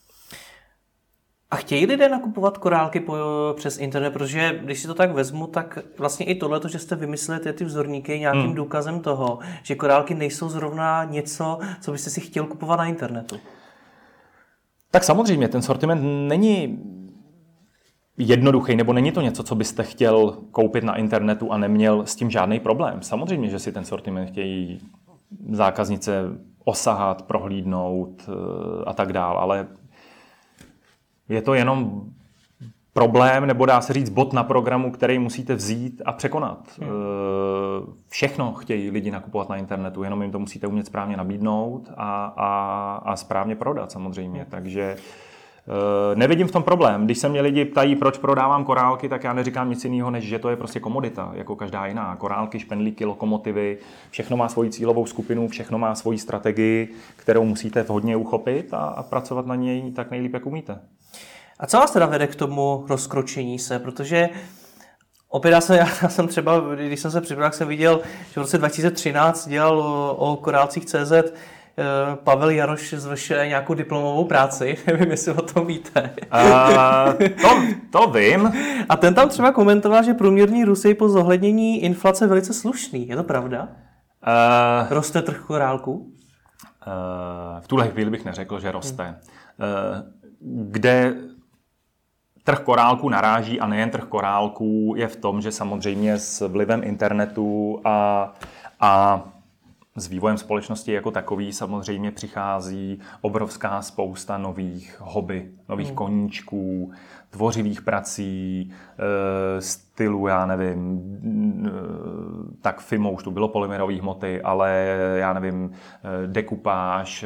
A chtějí lidé nakupovat korálky přes internet, protože když si to tak vezmu, tak vlastně i tohle, že jste vymysleli ty vzorníky, je nějakým důkazem toho, že korálky nejsou zrovna něco, co byste si chtěl kupovat na internetu. Tak samozřejmě, ten sortiment není jednoduchý, nebo není to něco, co byste chtěl koupit na internetu a neměl s tím žádný problém. Samozřejmě, že si ten sortiment chtějí zákaznice osahat, prohlídnout a tak dál, ale je to jenom problém, nebo dá se říct bod na programu, který musíte vzít a překonat. Všechno chtějí lidi nakupovat na internetu, jenom jim to musíte umět správně nabídnout a správně prodat samozřejmě. Takže nevidím v tom problém. Když se mě lidi ptají, proč prodávám korálky, tak já neříkám nic jiného, než že to je prostě komodita, jako každá jiná. Korálky, špendlíky, lokomotivy, všechno má svoji cílovou skupinu, všechno má svoji strategii, kterou musíte vhodně uchopit a pracovat na něj tak nejlíp, jak umíte. A co vás teda vede k tomu rozkročení se? Protože opět já jsem třeba, když jsem se připravil, jsem viděl, že v roce 2013 dělal o korálcích.cz Pavel Jaroš zvršil nějakou diplomovou práci. Nevím, jestli o tom víte. To vím. A ten tam třeba komentoval, že průměrný růst je po zohlednění inflace velice slušný. Je to pravda? Roste trh korálků? V tuhle chvíli bych neřekl, že roste. Kde trh korálků naráží, a nejen trh korálků, je v tom, že samozřejmě s vlivem internetu a s vývojem společnosti jako takový samozřejmě přichází obrovská spousta nových hobby, nových koníčků, tvořivých prací, stylu, já nevím, tak FIMO už tu bylo polymerové hmoty, ale já nevím, dekupáž,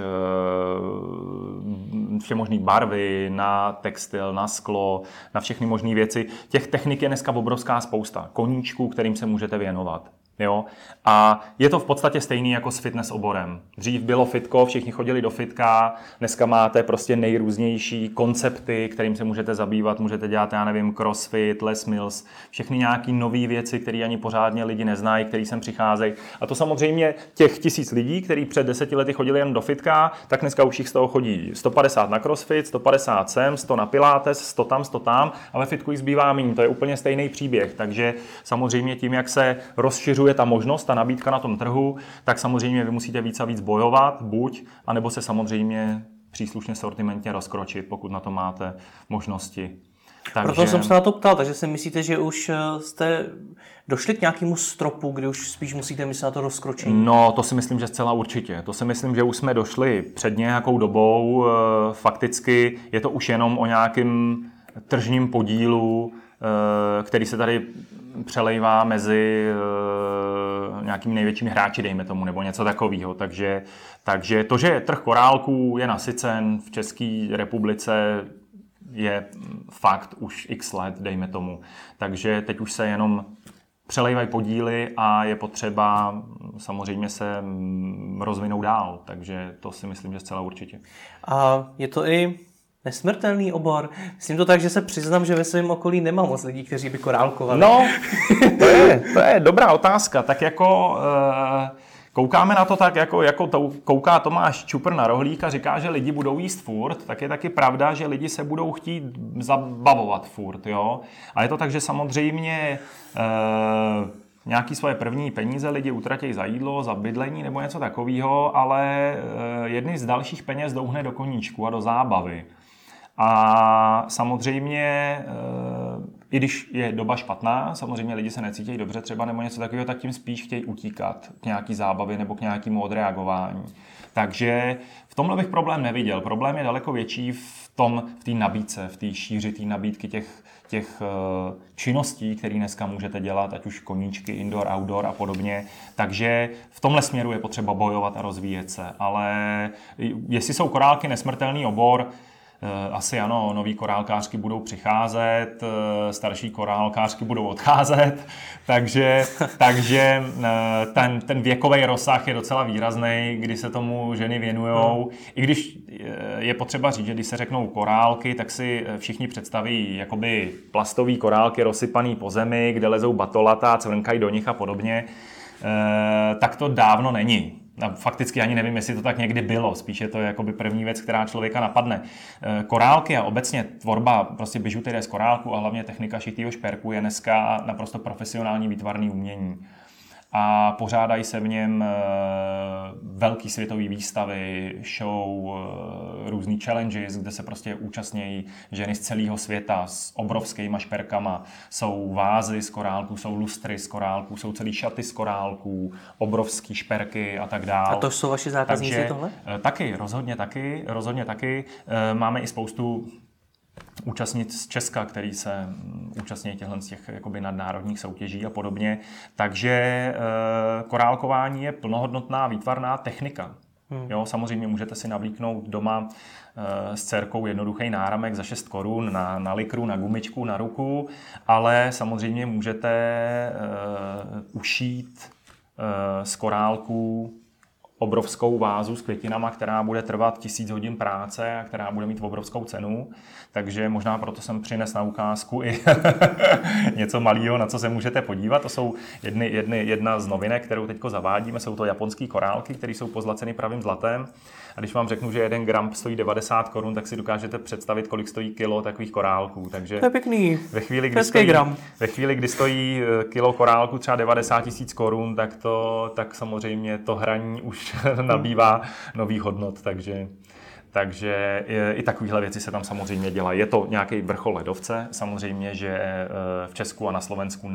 vše možný barvy na textil, na sklo, na všechny možné věci. Těch technik je dneska obrovská spousta. Koníčků, kterým se můžete věnovat. Jo? A je to v podstatě stejný jako s fitness oborem. Dřív bylo fitko, všichni chodili do fitka, dneska máte prostě nejrůznější koncepty, kterým se můžete zabývat, můžete dělat, já nevím, crossfit, Les Mills, všechny nějaký nové věci, které ani pořádně lidi neznají, který sem přicházejí. A to samozřejmě těch 1000 lidí, kteří před 10 lety chodili jen do fitka, tak dneska už jich z toho chodí 150 na crossfit, 150 sem, 100 na pilates, 100 tam a ve fitku jich zbývá méně. To je úplně stejný příběh. Takže samozřejmě tím, jak se rozšiřuje ta možnost, ta nabídka na tom trhu, tak samozřejmě vy musíte víc a víc bojovat, anebo se samozřejmě příslušně sortimentně rozkročit, pokud na to máte možnosti. Takže... Proto jsem se na to ptal, takže si myslíte, že už jste došli k nějakému stropu, kdy už spíš musíte myslet na to rozkročení? No, to si myslím, že zcela určitě. To si myslím, že už jsme došli před nějakou dobou. Fakticky je to už jenom o nějakém tržním podílu, který se tady přelejvá mezi nějakými největšími hráči, dejme tomu, nebo něco takového. Takže to, že trh korálků je nasycen v České republice, je fakt už x let, dejme tomu. Takže teď už se jenom přelejvají podíly a je potřeba samozřejmě se rozvinout dál. Takže to si myslím, že zcela určitě. A je to i nesmrtelný obor. Myslím to tak, že se přiznám, že ve svém okolí nemám moc lidí, kteří by korálkovali. No, to je dobrá otázka. Tak jako koukáme na to tak, jako to kouká Tomáš Čupr na rohlík a říká, že lidi budou jíst furt, tak je taky pravda, že lidi se budou chtít zabavovat furt. Jo? A je to tak, že samozřejmě nějaký svoje první peníze lidi utratí za jídlo, za bydlení nebo něco takového, ale jedny z dalších peněz jdou hned do koníčku a do zábavy. A samozřejmě, i když je doba špatná, samozřejmě lidi se necítí dobře třeba nebo něco takového, tak tím spíš chtějí utíkat k nějaký zábavě nebo k nějakému odreagování. Takže v tomhle bych problém neviděl. Problém je daleko větší v té nabídce, v té šíři té nabídky těch činností, které dneska můžete dělat, ať už koníčky, indoor, outdoor a podobně. Takže v tomhle směru je potřeba bojovat a rozvíjet se. Ale jestli jsou korálky nesmrtelný obor, asi ano, noví korálkářky budou přicházet, starší korálkářky budou odcházet, takže ten věkový rozsah je docela výrazný, kdy se tomu ženy věnujou. I když je potřeba říct, že když se řeknou korálky, tak si všichni představí jakoby plastový korálky rozsypaný po zemi, kde lezou batolata, cvrnkají do nich a podobně. Tak to dávno není. Fakticky ani nevím, jestli to tak někdy bylo. Spíš je to jakoby první věc, která člověka napadne. Korálky a obecně tvorba prostě bižuterie z korálku a hlavně technika šitýho šperku je dneska naprosto profesionální výtvarný umění. A pořádají se v něm velký světové výstavy, show, různý challenges, kde se prostě účastnějí ženy z celého světa s obrovskýma šperkama. Jsou vázy z korálků, jsou lustry z korálků, jsou celý šaty z korálků, obrovský šperky a tak dále. A to jsou vaši zákazníci tohle? Taky, rozhodně taky. Máme i spoustu účastnic z Česka, který se účastní z těch jakoby nadnárodních soutěží a podobně. Takže korálkování je plnohodnotná výtvarná technika. Jo, samozřejmě můžete si navlíknout doma s dcerkou jednoduchý náramek za 6 korun na likru, na gumičku, na ruku, ale samozřejmě můžete ušít z korálků obrovskou vázu s květinama, která bude trvat 1000 hodin práce a která bude mít obrovskou cenu. Takže možná proto jsem přines na ukázku i něco malého, na co se můžete podívat. To jsou jedna z novinek, kterou teď zavádíme. Jsou to japonské korálky, které jsou pozlaceny pravým zlatem. A když vám řeknu, že 1 gram stojí 90 korun, tak si dokážete představit, kolik stojí kilo takových korálků. Takže to je pěkný. Ve chvíli, kdy stojí kilo korálku třeba 90 000 korun, tak samozřejmě to hraní už nabývá nových hodnot. Takže i takovéhle věci se tam samozřejmě dělají. Je to nějaký vrchol ledovce. Samozřejmě, že v Česku a na Slovensku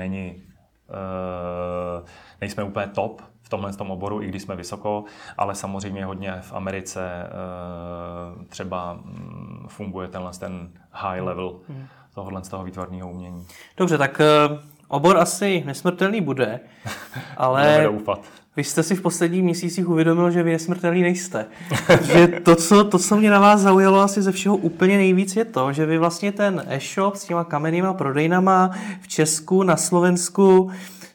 nejsme úplně top v tomhle oboru, i když jsme vysoko, ale samozřejmě hodně v Americe třeba funguje ten high level tohohle z toho výtvarného umění. Dobře, tak obor asi nesmrtelný bude, ale vy jste si v posledních měsících uvědomil, že vy nesmrtelný nejste. Že to, co mě na vás zaujalo asi ze všeho úplně nejvíc, je to, že vy vlastně ten e-shop s těma kamennýma prodejnama v Česku, na Slovensku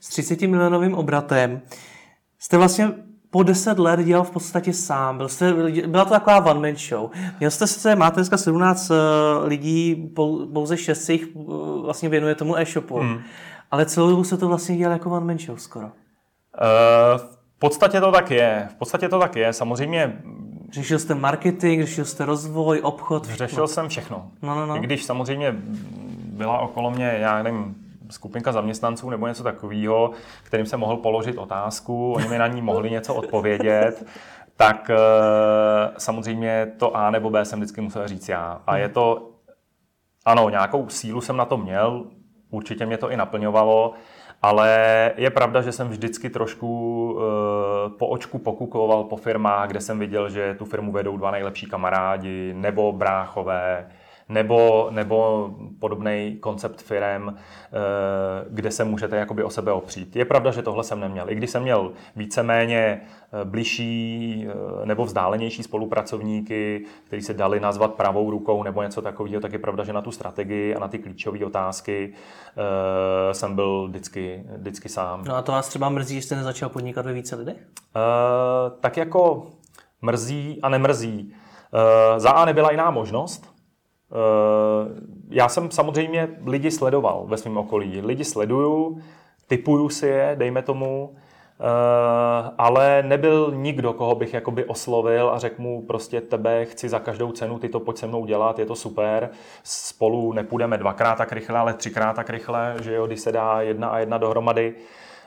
s 30 milionovým obratem. Jste vlastně po 10 let dělal v podstatě sám. Byla to taková one-man show. Máte dneska 17 lidí, pouze 6 se jich vlastně věnuje tomu e-shopu. Ale celou dobu se to vlastně dělal jako one-man show skoro. V podstatě to tak je. Samozřejmě řešil jste marketing, řešil jste rozvoj, obchod? Řešil jsem všechno. No. I když samozřejmě byla okolo mě, já nevím, skupinka zaměstnanců nebo něco takového, kterým jsem mohl položit otázku, oni mi na ní mohli něco odpovědět, tak samozřejmě to A nebo B jsem vždycky musel říct já. A je to, ano, nějakou sílu jsem na to měl, určitě mě to i naplňovalo, ale je pravda, že jsem vždycky trošku po očku pokukoval po firmách, kde jsem viděl, že tu firmu vedou 2 nejlepší kamarádi, nebo bráchové, nebo podobný koncept firem, kde se můžete jakoby o sebe opřít. Je pravda, že tohle jsem neměl. I když jsem měl víceméně bližší nebo vzdálenější spolupracovníky, kteří se dali nazvat pravou rukou nebo něco takového, tak je pravda, že na tu strategii a na ty klíčové otázky jsem byl vždycky sám. No a to vás třeba mrzí, že jste nezačal podnikat ve více lidech? Tak jako mrzí a nemrzí. Za A nebyla jiná možnost. Já jsem samozřejmě lidi sledoval ve svém okolí. Lidi sleduju, tipuju si je, dejme tomu, ale nebyl nikdo, koho bych jakoby oslovil a řekl mu prostě tebe chci za každou cenu, ty to pojď se mnou dělat, je to super, spolu nepůjdeme 2x tak rychle, ale 3x tak rychle, že jo, když se dá 1 a 1 dohromady.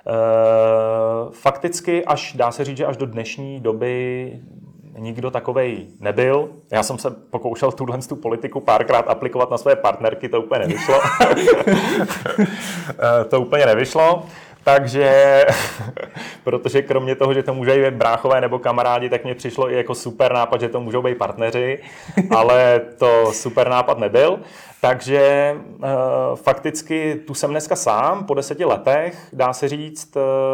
Fakticky dá se říct, že až do dnešní doby nikdo takovej nebyl. Já jsem se pokoušel tu politiku párkrát aplikovat na své partnerky, to úplně nevyšlo. Takže, protože kromě toho, že to může být bráchové nebo kamarádi, tak mně přišlo i jako super nápad, že to můžou být partneři, ale to super nápad nebyl. Takže fakticky tu jsem dneska sám po 10 letech, dá se říct,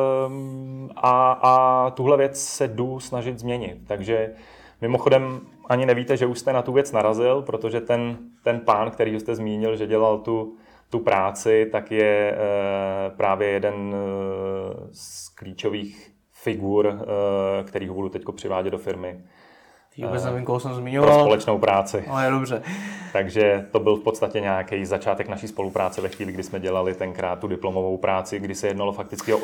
a tuhle věc se jdu snažit změnit. Takže mimochodem ani nevíte, že už jste na tu věc narazil, protože ten pán, který jste zmínil, že dělal tu práci, tak je právě jeden z klíčových figur, který ho budu teď přivádět do firmy. Vůbec nevím, koho jsem zmiňoval. Pro společnou práci. Ale dobře. Takže to byl v podstatě nějaký začátek naší spolupráce ve chvíli, kdy jsme dělali tenkrát tu diplomovou práci, kdy se jednalo fakticky o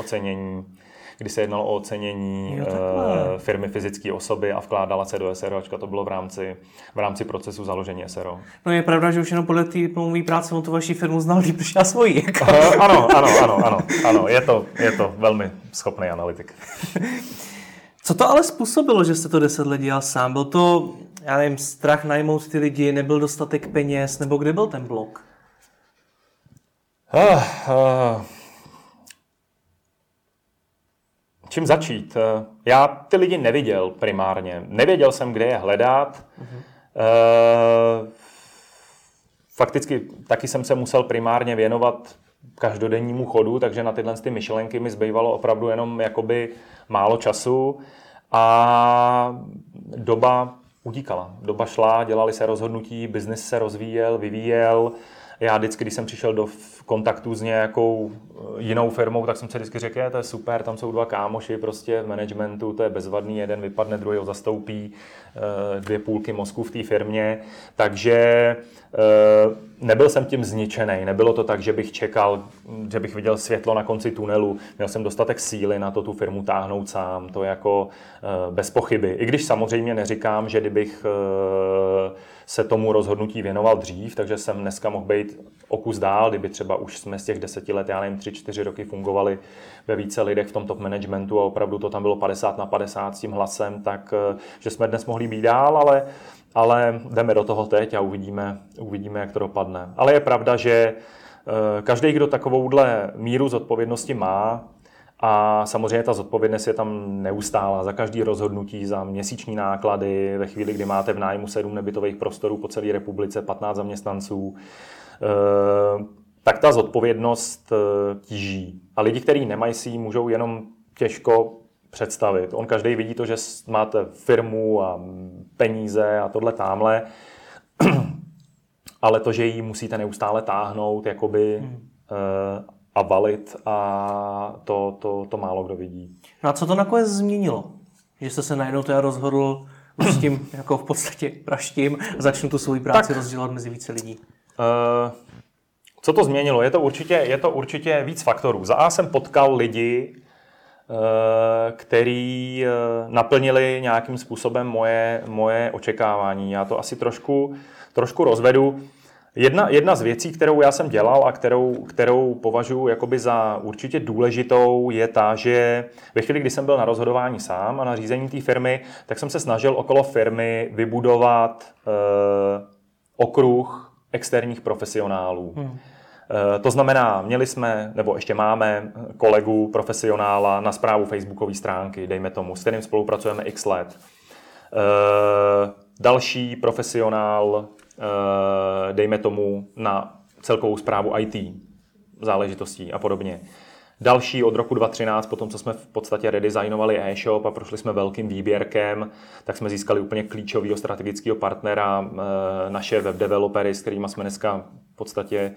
ocenění, firmy fyzické osoby a vkládala se do SROčka. To bylo v rámci procesu založení SRO. No je pravda, že už jenom podle té diplomové práce on tu vaši firmu znal líp, než já svoji. Ano, je to velmi schopný analytik. Co to ale způsobilo, že jste to 10 let dělal sám? Byl to, já nevím, strach najmout ty lidi, nebyl dostatek peněz, nebo kde byl ten blok? Čím začít? Já ty lidi neviděl primárně. Nevěděl jsem, kde je hledat. Fakticky taky jsem se musel primárně věnovat každodennímu chodu, takže na tyhle myšlenky mi zbývalo opravdu jenom jakoby málo času a doba utíkala. Doba šla, dělali se rozhodnutí, biznis se rozvíjel, vyvíjel. Já vždycky, když jsem přišel do kontaktu s nějakou jinou firmou, tak jsem si vždycky řekl, to je super, tam jsou 2 kámoši prostě v managementu, to je bezvadný, jeden vypadne, druhý ho zastoupí, 2 půlky mozku v té firmě, takže nebyl jsem tím zničený, nebylo to tak, že bych čekal, že bych viděl světlo na konci tunelu, měl jsem dostatek síly na to tu firmu táhnout sám, to jako bez pochyby. I když samozřejmě neříkám, že kdybych se tomu rozhodnutí věnoval dřív, takže jsem dneska mohl být o kus dál, kdyby třeba už jsme z těch 10 let, já nevím, 3-4 roky fungovali ve více lidech v tom top managementu a opravdu to tam bylo 50/50 s tím hlasem, tak že jsme dnes mohli být dál, ale jdeme do toho teď a uvidíme, jak to dopadne. Ale je pravda, že každý, kdo takovouhle míru zodpovědnosti má, a samozřejmě ta zodpovědnost je tam neustálá za každý rozhodnutí, za měsíční náklady, ve chvíli, kdy máte v nájmu 7 nebytových prostorů po celé republice, 15 zaměstnanců, tak ta zodpovědnost tíží. A lidi, kteří nemají, si ji můžou jenom těžko představit. On každý vidí to, že máte firmu a peníze a tohle támhle, ale to, že ji musíte neustále táhnout, jakoby, a valit a to málo kdo vidí. No a co to nakonec změnilo? Že jste se najednou teda rozhodl s tím jako v podstatě praštím a začnu tu svou práci rozdělovat mezi více lidí? Co to změnilo? Je to určitě víc faktorů. Za A jsem potkal lidi, který naplnili nějakým způsobem moje očekávání. Já to asi trošku rozvedu. Jedna z věcí, kterou já jsem dělal a kterou považuji jakoby za určitě důležitou, je ta, že ve chvíli, kdy jsem byl na rozhodování sám a na řízení té firmy, tak jsem se snažil okolo firmy vybudovat okruh externích profesionálů. To znamená, měli jsme, nebo ještě máme kolegu profesionála na správu facebookové stránky, dejme tomu, s kterým spolupracujeme x let. Další profesionál, dejme tomu, na celkovou správu IT záležitostí a podobně. Další od roku 2013, potom co jsme v podstatě redesignovali e-shop a prošli jsme velkým výběrkem, tak jsme získali úplně klíčového strategického partnera, naše web developery, s kterými jsme dneska v podstatě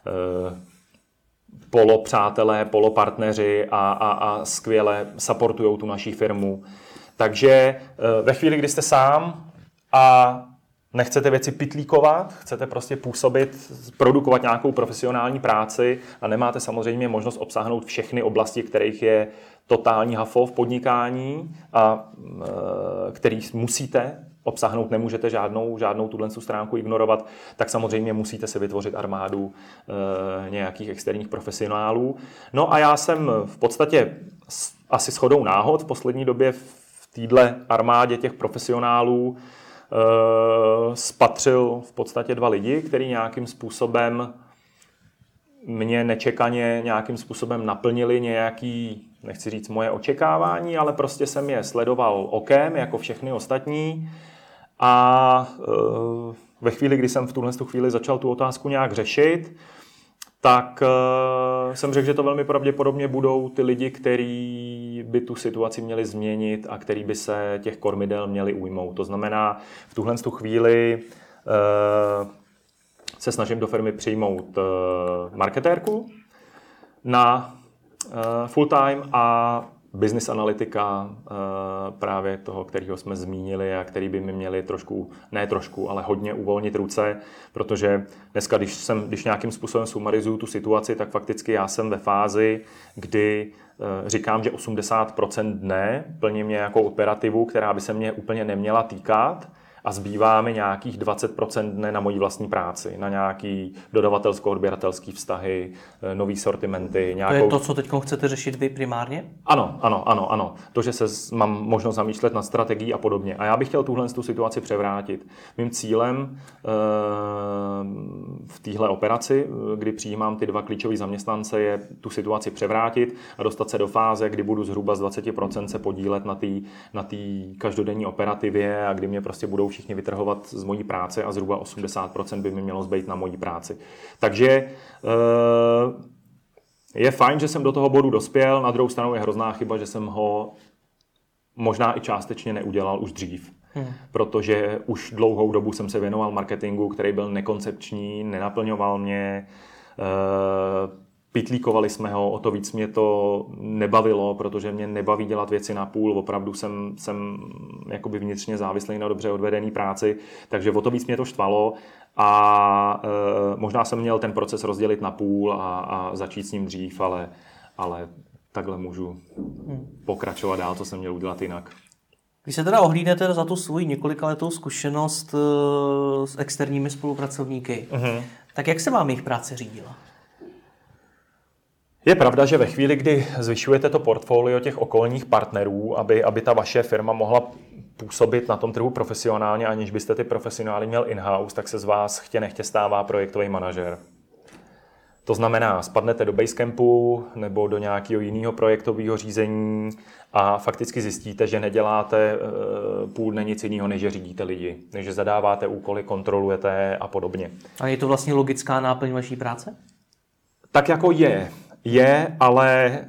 polopřátelé, polopartneři a skvěle supportujou tu naší firmu. Takže ve chvíli, kdy jste sám a nechcete věci pitlíkovat, chcete prostě působit, produkovat nějakou profesionální práci a nemáte samozřejmě možnost obsáhnout všechny oblasti, kterých je totální hafo v podnikání a který musíte obsáhnout, nemůžete žádnou tuhle stránku ignorovat, tak samozřejmě musíte si vytvořit armádu nějakých externích profesionálů. No a já jsem v podstatě asi shodou náhod v poslední době v téhle armádě těch profesionálů spatřil v podstatě 2 lidi, kteří nějakým způsobem mě nečekaně nějakým způsobem naplnili nějaký, nechci říct moje očekávání, ale prostě jsem je sledoval okem, jako všechny ostatní. A ve chvíli, kdy jsem v tuhle chvíli začal tu otázku nějak řešit, tak jsem řekl, že to velmi pravděpodobně budou ty lidi, kteří by tu situaci měli změnit a kteří by se těch kormidel měli ujmout. To znamená, v tuhle chvíli se snažím do firmy přijmout marketérku na full time a business analytika právě toho, kterého jsme zmínili a který by mi měli ale hodně uvolnit ruce, protože dneska, když nějakým způsobem sumarizuju tu situaci, tak fakticky já jsem ve fázi, kdy říkám, že 80% dne plním nějakou operativu, která by se mě úplně neměla týkat, a zbývá mi nějakých 20% dne na mojí vlastní práci, na nějaký dodavatelsko-odběratelský vztahy, nový sortimenty. To je to, co teď chcete řešit vy primárně? Ano. To, že mám možnost zamýšlet nad strategií a podobně. A já bych chtěl tu situaci převrátit. Mým cílem v téhle operaci, kdy přijímám ty 2 klíčové zaměstnance, je tu situaci převrátit a dostat se do fáze, kdy budu zhruba z 20% se podílet na té každodenní operativě a kdy mě prostě budou všichni vytrhovat z mojí práce a zhruba 80% by mi mělo zbýt na mojí práci. Takže je fajn, že jsem do toho bodu dospěl, na druhou stranu je hrozná chyba, že jsem ho možná i částečně neudělal už dřív. Protože už dlouhou dobu jsem se věnoval marketingu, který byl nekoncepční, nenaplňoval mě, pitlíkovali jsme ho, o to víc mě to nebavilo, protože mě nebaví dělat věci na půl, opravdu jsem jakoby vnitřně závislý na dobře odvedený práci, takže o to víc mě to štvalo a možná jsem měl ten proces rozdělit na půl a začít s ním dřív, ale takhle můžu pokračovat dál, co jsem měl udělat jinak. Když se teda ohlídnete za tu svou několikaletou zkušenost s externími spolupracovníky, tak jak se vám jejich práce řídila? Je pravda, že ve chvíli, kdy zvyšujete to portfolio těch okolních partnerů, aby ta vaše firma mohla působit na tom trhu profesionálně, aniž byste ty profesionály měl in-house, tak se z vás chtě nechtě stává projektový manažer. To znamená, spadnete do Basecampu nebo do nějakého jiného projektového řízení a fakticky zjistíte, že neděláte půl dne nic jiného, než že řídíte lidi, než že zadáváte úkoly, kontrolujete a podobně. A je to vlastně logická náplň vaší práce? Tak jako je, ale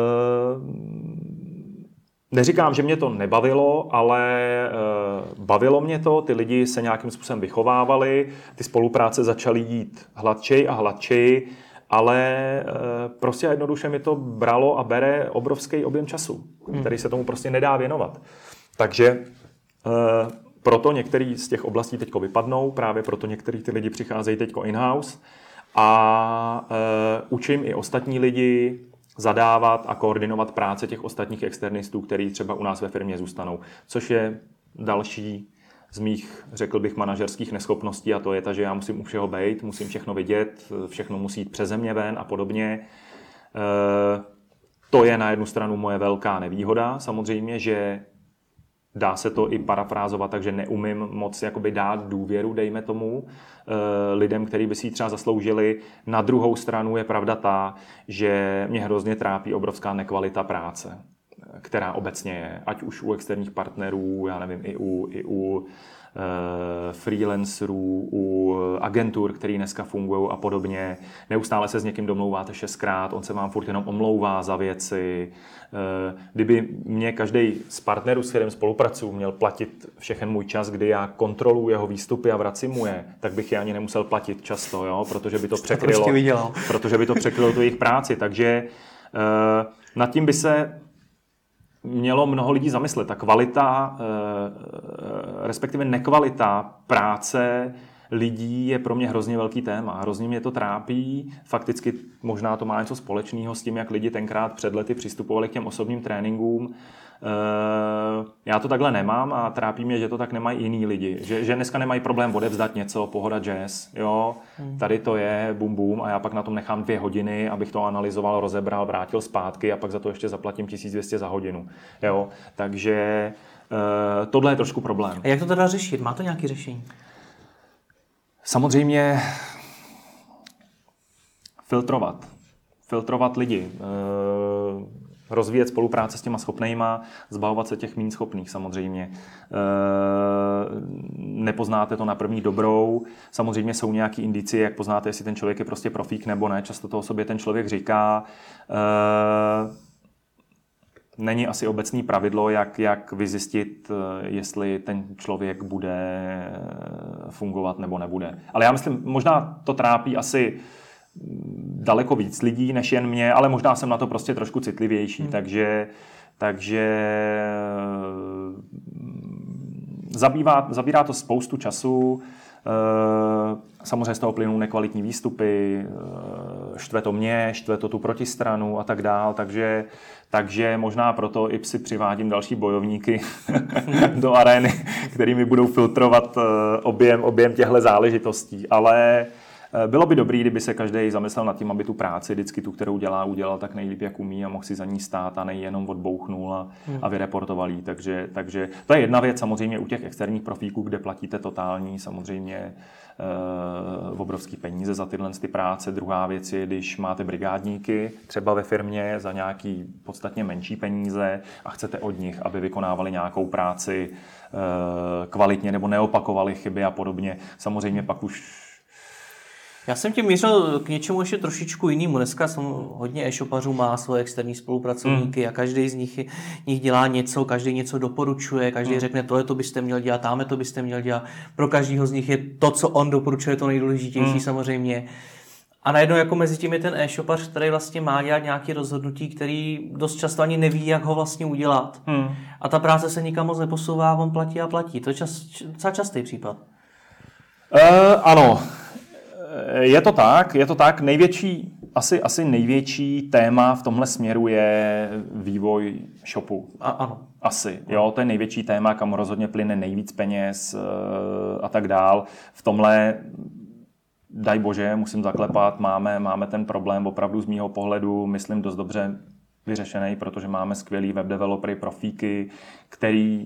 neříkám, že mě to nebavilo, ale bavilo mě to, ty lidi se nějakým způsobem vychovávali, ty spolupráce začaly jít hladčej a hladčej ale prostě jednoduše mi to bralo a bere obrovský objem času, který se tomu prostě nedá věnovat. Takže proto některý z těch oblastí teďko vypadnou, právě proto některý ty lidi přicházejí teďko in-house a učím i ostatní lidi zadávat a koordinovat práce těch ostatních externistů, kteří třeba u nás ve firmě zůstanou, což je další z mých, řekl bych, manažerských neschopností a to je ta, že já musím u všeho bejt, musím všechno vidět, všechno musí jít přeze mě ven a podobně. To je na jednu stranu moje velká nevýhoda, samozřejmě, že dá se to i parafrázovat, takže neumím moc jakoby dát důvěru, dejme tomu, lidem, kteří by si ji třeba zasloužili. Na druhou stranu je pravda ta, že mě hrozně trápí obrovská nekvalita práce, která obecně je, ať už u externích partnerů, já nevím, i u freelancerů, u agentur, který dneska fungují a podobně. Neustále se s někým domlouváte 6krát, on se vám furt jenom omlouvá za věci. Kdyby mě každý z partnerů, s kterým spolupracuju, měl platit všechen můj čas, kdy já kontroluji jeho výstupy a vracím mu je, tak bych je ani nemusel platit často, jo? Protože by to překrylo tu jejich práci. Takže nad tím by se mělo mnoho lidí zamyslet. Ta kvalita, respektive nekvalita práce lidí je pro mě hrozně velký téma. Hrozně mě to trápí. Fakticky možná to má něco společného s tím, jak lidi tenkrát před lety přistupovali k těm osobním tréninkům. Já to takhle nemám a trápí mě, že to tak nemají jiní lidi. Že dneska nemají problém odevzdat něco, pohoda jazz, jo, tady to je, bum bum a já pak na tom nechám 2 hodiny, abych to analyzoval, rozebral, vrátil zpátky a pak za to ještě zaplatím 1200 za hodinu, jo, takže tohle je trošku problém. A jak to teda řešit? Má to nějaké řešení? Samozřejmě filtrovat lidi, rozvíjet spolupráce s těma schopnejma, zbavovat se těch méně schopných samozřejmě. Nepoznáte to na první dobrou. Samozřejmě jsou nějaké indicie, jak poznáte, jestli ten člověk je prostě profík nebo ne. Často to o sobě ten člověk říká. Není asi obecný pravidlo, jak vyzjistit, jestli ten člověk bude fungovat nebo nebude. Ale já myslím, možná to trápí asi daleko víc lidí než jen mě, ale možná jsem na to prostě trošku citlivější, takže zabírá to spoustu času, samozřejmě z toho plynou nekvalitní výstupy, štve to mě, štve to tu protistranu a tak dál, takže možná proto i si přivádím další bojovníky do arény, kterými budou filtrovat objem těchto záležitostí, ale bylo by dobré, kdyby se každý zamyslel nad tím, aby tu práci vždycky tu, kterou dělá, udělal tak nejlíp, jak umí a mohl si za ní stát a nejenom odbouchnul a vyreportoval jí. Takže to je jedna věc samozřejmě u těch externích profíků, kde platíte totální samozřejmě obrovský peníze za tyhle práce. Druhá věc je, když máte brigádníky třeba ve firmě za nějaký podstatně menší peníze a chcete od nich, aby vykonávali nějakou práci kvalitně nebo neopakovali chyby a podobně. Samozřejmě pak už Já jsem tím mířil k něčemu ještě trošičku jinému. Dneska hodně e-shopařů má svoje externí spolupracovníky a každý z nich dělá něco, každý něco doporučuje, každý řekne, tohle to byste měl dělat, tamhle to byste měl dělat. Pro každého z nich je to, co on doporučuje, to nejdůležitější samozřejmě. A najednou jako mezi tím je ten e-shopař, který vlastně má dělat nějaké rozhodnutí, který dost často ani neví, jak ho vlastně udělat. A ta práce se nikam moc neposouvá, on platí a platí. To je docela častý případ. Ano. Je to tak. Asi největší téma v tomhle směru je vývoj shopu. Ano. Asi, jo, to je největší téma, kam rozhodně plyne nejvíc peněz a tak dál. V tomhle, daj bože, musím zaklepat, máme ten problém opravdu z mýho pohledu, myslím, dost dobře vyřešený, protože máme skvělý web developery, profíky, který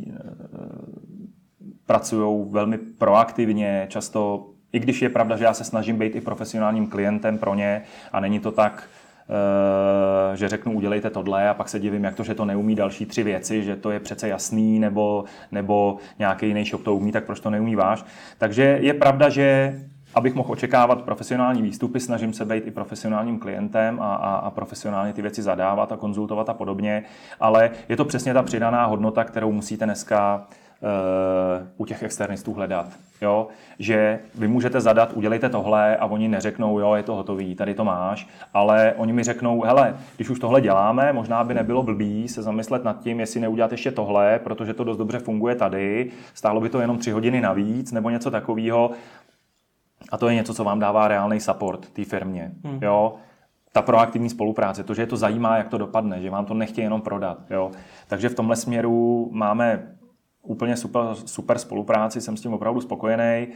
pracují velmi proaktivně, často i když je pravda, že já se snažím být i profesionálním klientem pro ně a není to tak, že řeknu udělejte tohle a pak se divím, jak to, že to neumí další 3 věci, že to je přece jasný nebo nějaký jiný shop to umí, tak proč to neumí váš. Takže je pravda, že abych mohl očekávat profesionální výstupy, snažím se být i profesionálním klientem a profesionálně ty věci zadávat a konzultovat a podobně, ale je to přesně ta přidaná hodnota, kterou musíte dneska u těch externistů hledat. Jo, že vy můžete zadat, udělejte tohle a oni neřeknou, jo, je to hotový, tady to máš, ale oni mi řeknou, hele, když už tohle děláme, možná by nebylo blbý se zamyslet nad tím, jestli neudělat ještě tohle, protože to dost dobře funguje tady, stálo by to jenom 3 hodiny navíc nebo něco takového. A to je něco, co vám dává reálný support té firmě, jo. Ta proaktivní spolupráce, to, že je to zajímá, jak to dopadne, že vám to nechtějí jenom prodat, jo. Takže v tomhle směru máme úplně super spolupráci, jsem s tím opravdu spokojený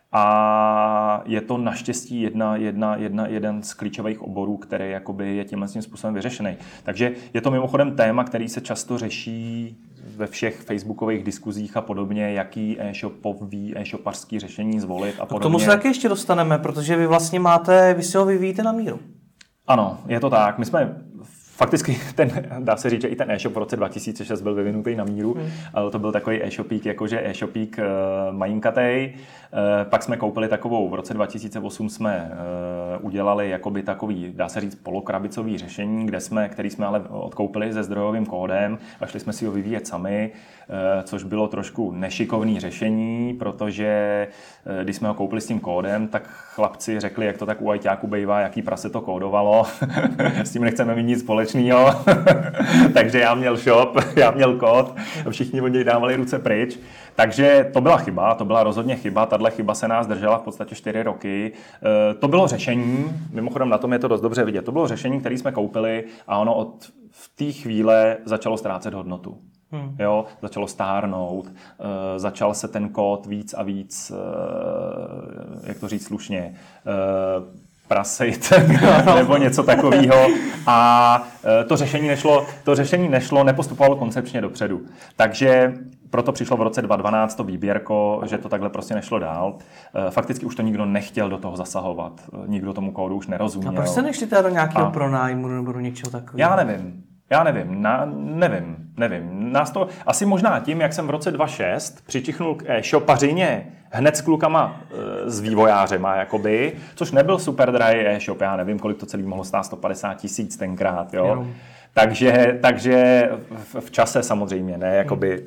a je to naštěstí jeden z klíčových oborů, který jakoby je tímhle způsobem vyřešený. Takže je to mimochodem téma, který se často řeší ve všech facebookových diskuzích a podobně, jaký e-shopový, e-shopařský řešení zvolit a podobně. K tomu se taky ještě dostaneme, protože vy si ho vyvíjíte na míru. Ano, je to tak. My jsme fakticky, dá se říct, že i ten e-shop v roce 2006 byl vyvinutý na míru, ale to byl takový e-shopík, jakože e-shopík majinkatej. Pak jsme koupili takovou, v roce 2008 jsme udělali jakoby takový, dá se říct, polokrabicový řešení, který jsme ale odkoupili se zdrojovým kódem a šli jsme si ho vyvíjet sami, což bylo trošku nešikovný řešení, protože když jsme ho koupili s tím kódem, tak chlapci řekli, jak to tak u ajťáku bejvá, jaký prase to kódovalo, s tím nechceme mít nic společného. Takže já měl shop, já měl kód, všichni od něj dávali ruce pryč. Takže to byla chyba, to byla rozhodně chyba, tahle chyba se nás držela v podstatě 4 roky. To bylo řešení, mimochodem na tom je to dost dobře vidět, to bylo řešení, které jsme koupili a ono v té chvíle začalo ztrácet hodnotu. Jo, začalo stárnout, začal se ten kód víc a víc, jak to říct slušně, prasit nebo něco takového. A to řešení nešlo, nepostupovalo koncepčně dopředu. Takže proto přišlo v roce 2012 to výběrko, že to takhle prostě nešlo dál. Fakticky už to nikdo nechtěl do toho zasahovat. Nikdo tomu kódu už nerozuměl. A proč jste nešli teda do nějakého pronájmu nebo do něčeho takového? Já nevím. Nás to asi možná tím, jak jsem v roce 2006 přičichnul k e-shopařině hned s klukama, s vývojářema, jakoby, což nebyl super drahý e-shop, já nevím, kolik to celý mohlo stát, 150 000 tenkrát, jo. Takže v čase samozřejmě, ne, jakoby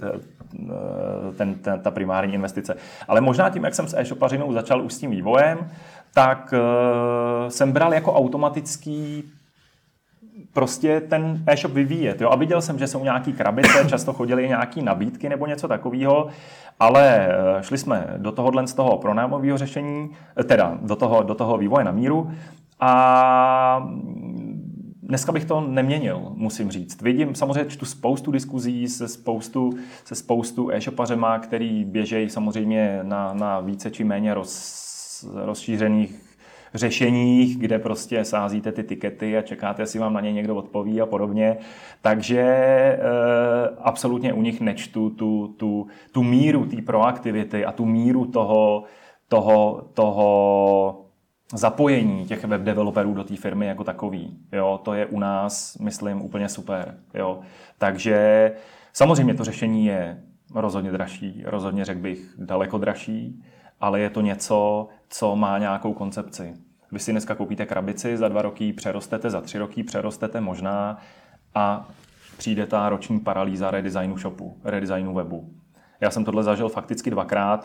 ta primární investice. Ale možná tím, jak jsem s e-shopařinou začal už s tím vývojem, tak jsem bral jako automatický prostě ten e-shop vyvíjet. Jo? A viděl jsem, že jsou nějaký krabice, často chodily nějaký nabídky nebo něco takového, ale šli jsme do tohohle z toho pronájmového řešení, teda do toho vývoje na míru a dneska bych to neměnil, musím říct. Vidím, samozřejmě čtu spoustu diskuzí se spoustu e-shopařema, který běžejí samozřejmě na více či méně rozšířených řešeních, kde prostě sázíte ty tikety a čekáte, jestli vám na ně někdo odpoví a podobně. Takže absolutně u nich nečtu tu míru té proaktivity a tu míru toho zapojení těch web developerů do té firmy jako takový. Jo, to je u nás, myslím, úplně super. Jo. Takže samozřejmě to řešení je rozhodně dražší, rozhodně řekl bych daleko dražší, ale je to něco, co má nějakou koncepci. Vy si dneska koupíte krabici, za 2 roky přerostete, za 3 roky přerostete možná a přijde ta roční paralýza redesignu shopu, redesignu webu. Já jsem tohle zažil fakticky 2krát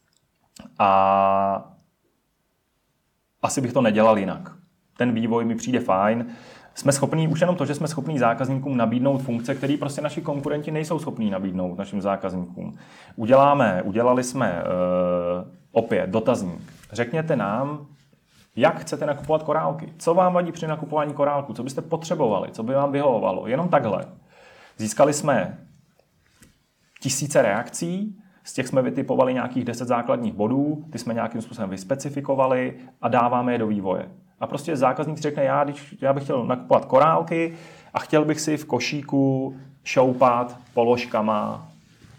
a asi bych to nedělal jinak. Ten vývoj mi přijde fajn. Jsme schopní, už jenom to, že jsme schopní zákazníkům nabídnout funkce, které prostě naši konkurenti nejsou schopní nabídnout našim zákazníkům. Udělali jsme opět dotazník. Řekněte nám, jak chcete nakupovat korálky. Co vám vadí při nakupování korálku? Co byste potřebovali? Co by vám vyhovovalo? Jenom takhle. Získali jsme 1000 reakcí, z těch jsme vytipovali nějakých 10 základních bodů, ty jsme nějakým způsobem vyspecifikovali a dáváme je do vývoje. A prostě zákazník řekne, já bych chtěl nakupovat korálky a chtěl bych si v košíku šoupat položkama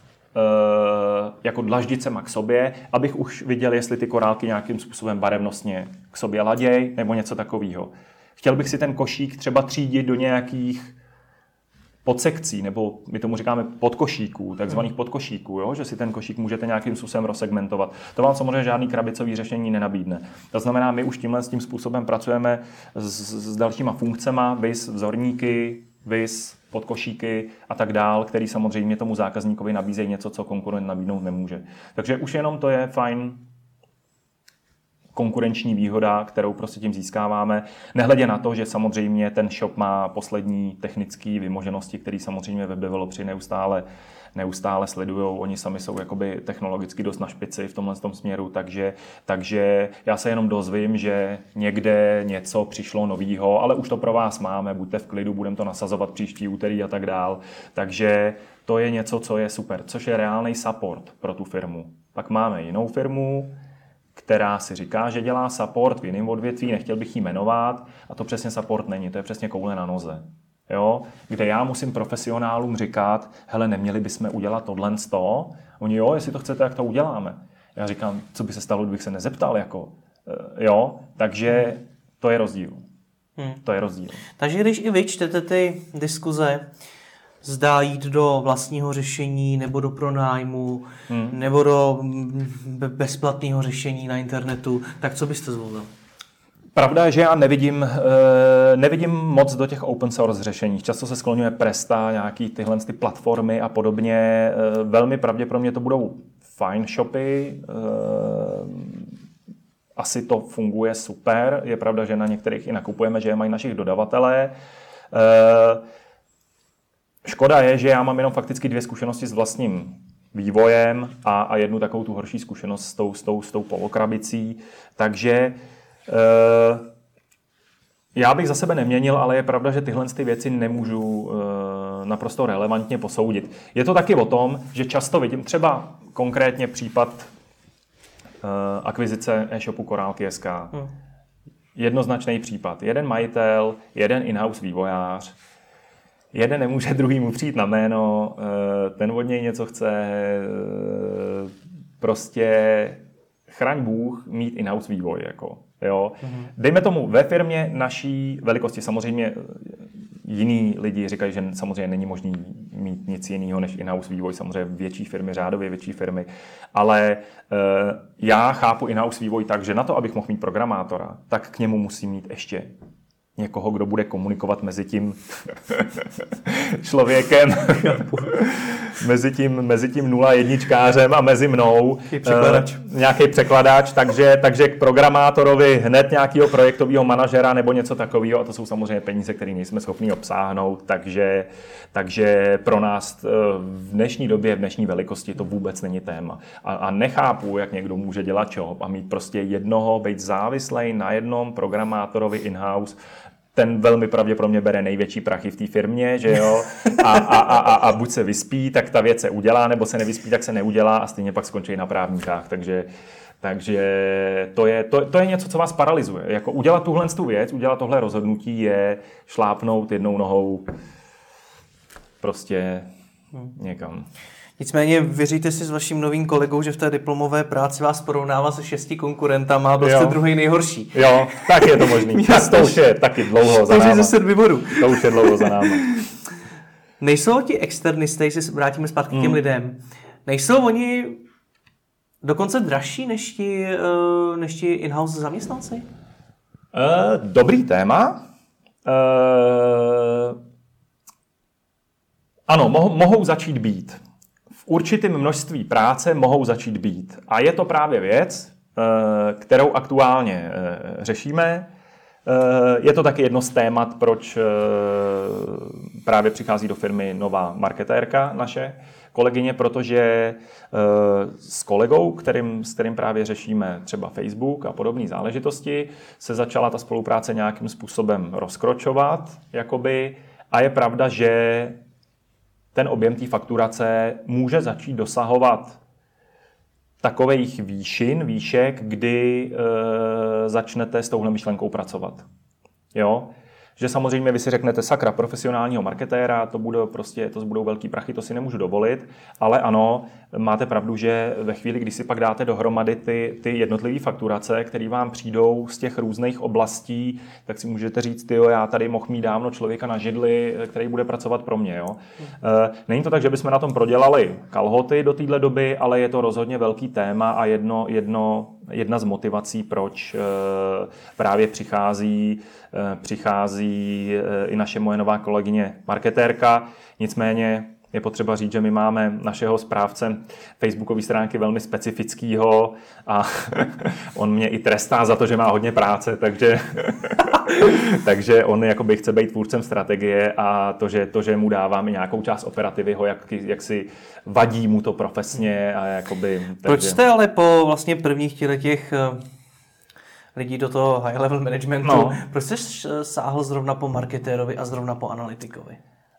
jako dlaždicema k sobě, abych už viděl, jestli ty korálky nějakým způsobem barevnostně k sobě laděj nebo něco takového. Chtěl bych si ten košík třeba třídit do nějakých podsekcí, nebo my tomu říkáme podkošíků, takzvaných podkošíků, jo? Že si ten košík můžete nějakým způsobem rozsegmentovat. To vám samozřejmě žádný krabicový řešení nenabídne. To znamená, my už s tím způsobem pracujeme s dalšíma funkcema, viz vzorníky, vis, podkošíky a tak dál, který samozřejmě tomu zákazníkovi nabízejí něco, co konkurent nabídnout nemůže. Takže už jenom to je fajn konkurenční výhoda, kterou prostě tím získáváme. Nehledě na to, že samozřejmě ten shop má poslední technické vymoženosti, které samozřejmě web developři neustále sledují. Oni sami jsou jakoby technologicky dost na špici v tomhle směru, takže já se jenom dozvím, že někde něco přišlo novýho, ale už to pro vás máme, buďte v klidu, budeme to nasazovat příští úterý a tak dál. Takže to je něco, co je super, což je reálný support pro tu firmu. Pak máme jinou firmu, která si říká, že dělá support v jiném odvětví, nechtěl bych jí jmenovat, a to přesně support není, to je přesně koule na noze. Jo? Kde já musím profesionálům říkat, hele, neměli bychom udělat tohle. Oni, jo, jestli to chcete, jak to uděláme. Já říkám, co by se stalo, kdybych se nezeptal, jako, jo, takže to je rozdíl. To je rozdíl. Takže když i vy čtete ty diskuze, zdá jít do vlastního řešení, nebo do pronájmu, nebo do bezplatného řešení na internetu, tak co byste zvolil? Pravda je, že já nevidím moc do těch open source řešení. Často se skloňuje Presta, nějaký tyhle ty platformy a podobně. Velmi pravděpodobně to budou fine shopy. Asi to funguje super. Je pravda, že na některých i nakupujeme, že je mají našich dodavatelé. Škoda je, že já mám jenom fakticky 2 zkušenosti s vlastním vývojem a jednu takovou tu horší zkušenost s tou polokrabicí. Takže já bych za sebe neměnil, ale je pravda, že tyhle věci nemůžu naprosto relevantně posoudit. Je to taky o tom, že často vidím třeba konkrétně případ akvizice e-shopu Korálky.sk. Jednoznačný případ. Jeden majitel, jeden in-house vývojář, jeden nemůže druhýmu přijít na jméno, ten od něj něco chce, prostě chraň Bůh mít in-house vývoj. Jako, jo. Dejme tomu ve firmě naší velikosti, samozřejmě jiní lidi říkají, že samozřejmě není možný mít nic jiného než in-house vývoj, samozřejmě větší firmy, řádově větší firmy, ale já chápu in-house vývoj tak, že na to, abych mohl mít programátora, tak k němu musím mít ještě někoho, kdo bude komunikovat mezi tím člověkem, mezi tím 0,1čkářem a mezi mnou. Nějaký překladač, takže k programátorovi hned nějakého projektového manažera nebo něco takového, a to jsou samozřejmě peníze, které nejsme schopni obsáhnout, takže pro nás v dnešní době, v dnešní velikosti to vůbec není téma. A nechápu, jak někdo může dělat job a mít prostě jednoho, být závislej na jednom programátorovi in-house. Ten velmi pravděpodobně bere největší prachy v té firmě, že jo, a buď se vyspí, tak ta věc se udělá, nebo se nevyspí, tak se neudělá a stejně pak skončí na právníkách, takže to je něco, co vás paralyzuje. Jako udělat tuhle věc, udělat tohle rozhodnutí je šlápnout jednou nohou prostě někam. Nicméně vyříte si s vaším novým kolegou, že v té diplomové práci vás porovnává se 6 konkurentama a byl jste druhý nejhorší. Jo, tak je to možný. To už je taky dlouho za náma. 7 bodů. To už je dlouho za náma. Nejsou ti externisté, se vrátíme zpátky k těm lidem, nejsou oni dokonce dražší než ti in-house zaměstnanci? Dobrý téma. Ano, mohou začít být. V určitém množství práce mohou začít být. A je to právě věc, kterou aktuálně řešíme. Je to taky jedno z témat, proč právě přichází do firmy nová marketérka naše kolegyně, protože s kolegou, s kterým právě řešíme třeba Facebook a podobné záležitosti, se začala ta spolupráce nějakým způsobem rozkročovat, jakoby, a je pravda, že ten objem té fakturace může začít dosahovat takových výšek, kdy začnete s touhle myšlenkou pracovat. Jo? Že samozřejmě vy si řeknete, sakra, profesionálního marketéra, to budou velký prachy, to si nemůžu dovolit, ale ano, máte pravdu, že ve chvíli, kdy si pak dáte dohromady ty jednotlivé fakturace, které vám přijdou z těch různých oblastí, tak si můžete říct, já tady mohl mít dávno člověka na židli, který bude pracovat pro mě. Jo? Není to tak, že bychom na tom prodělali kalhoty do téhle doby, ale je to rozhodně velký téma a jedno jedna z motivací, proč právě přichází i naše moje nová kolegyně marketérka. Nicméně je potřeba říct, že my máme našeho správce facebookové stránky velmi specifického a on mě i trestá za to, že má hodně práce, takže on jakoby chce být tvůrcem strategie a to, že mu dáváme nějakou část operativy, jak si vadí mu to profesně a jakoby... Proč jste ale po vlastně prvních těch lidí do toho high level managementu, proč jste sáhl zrovna po marketérovi a zrovna po analytikovi?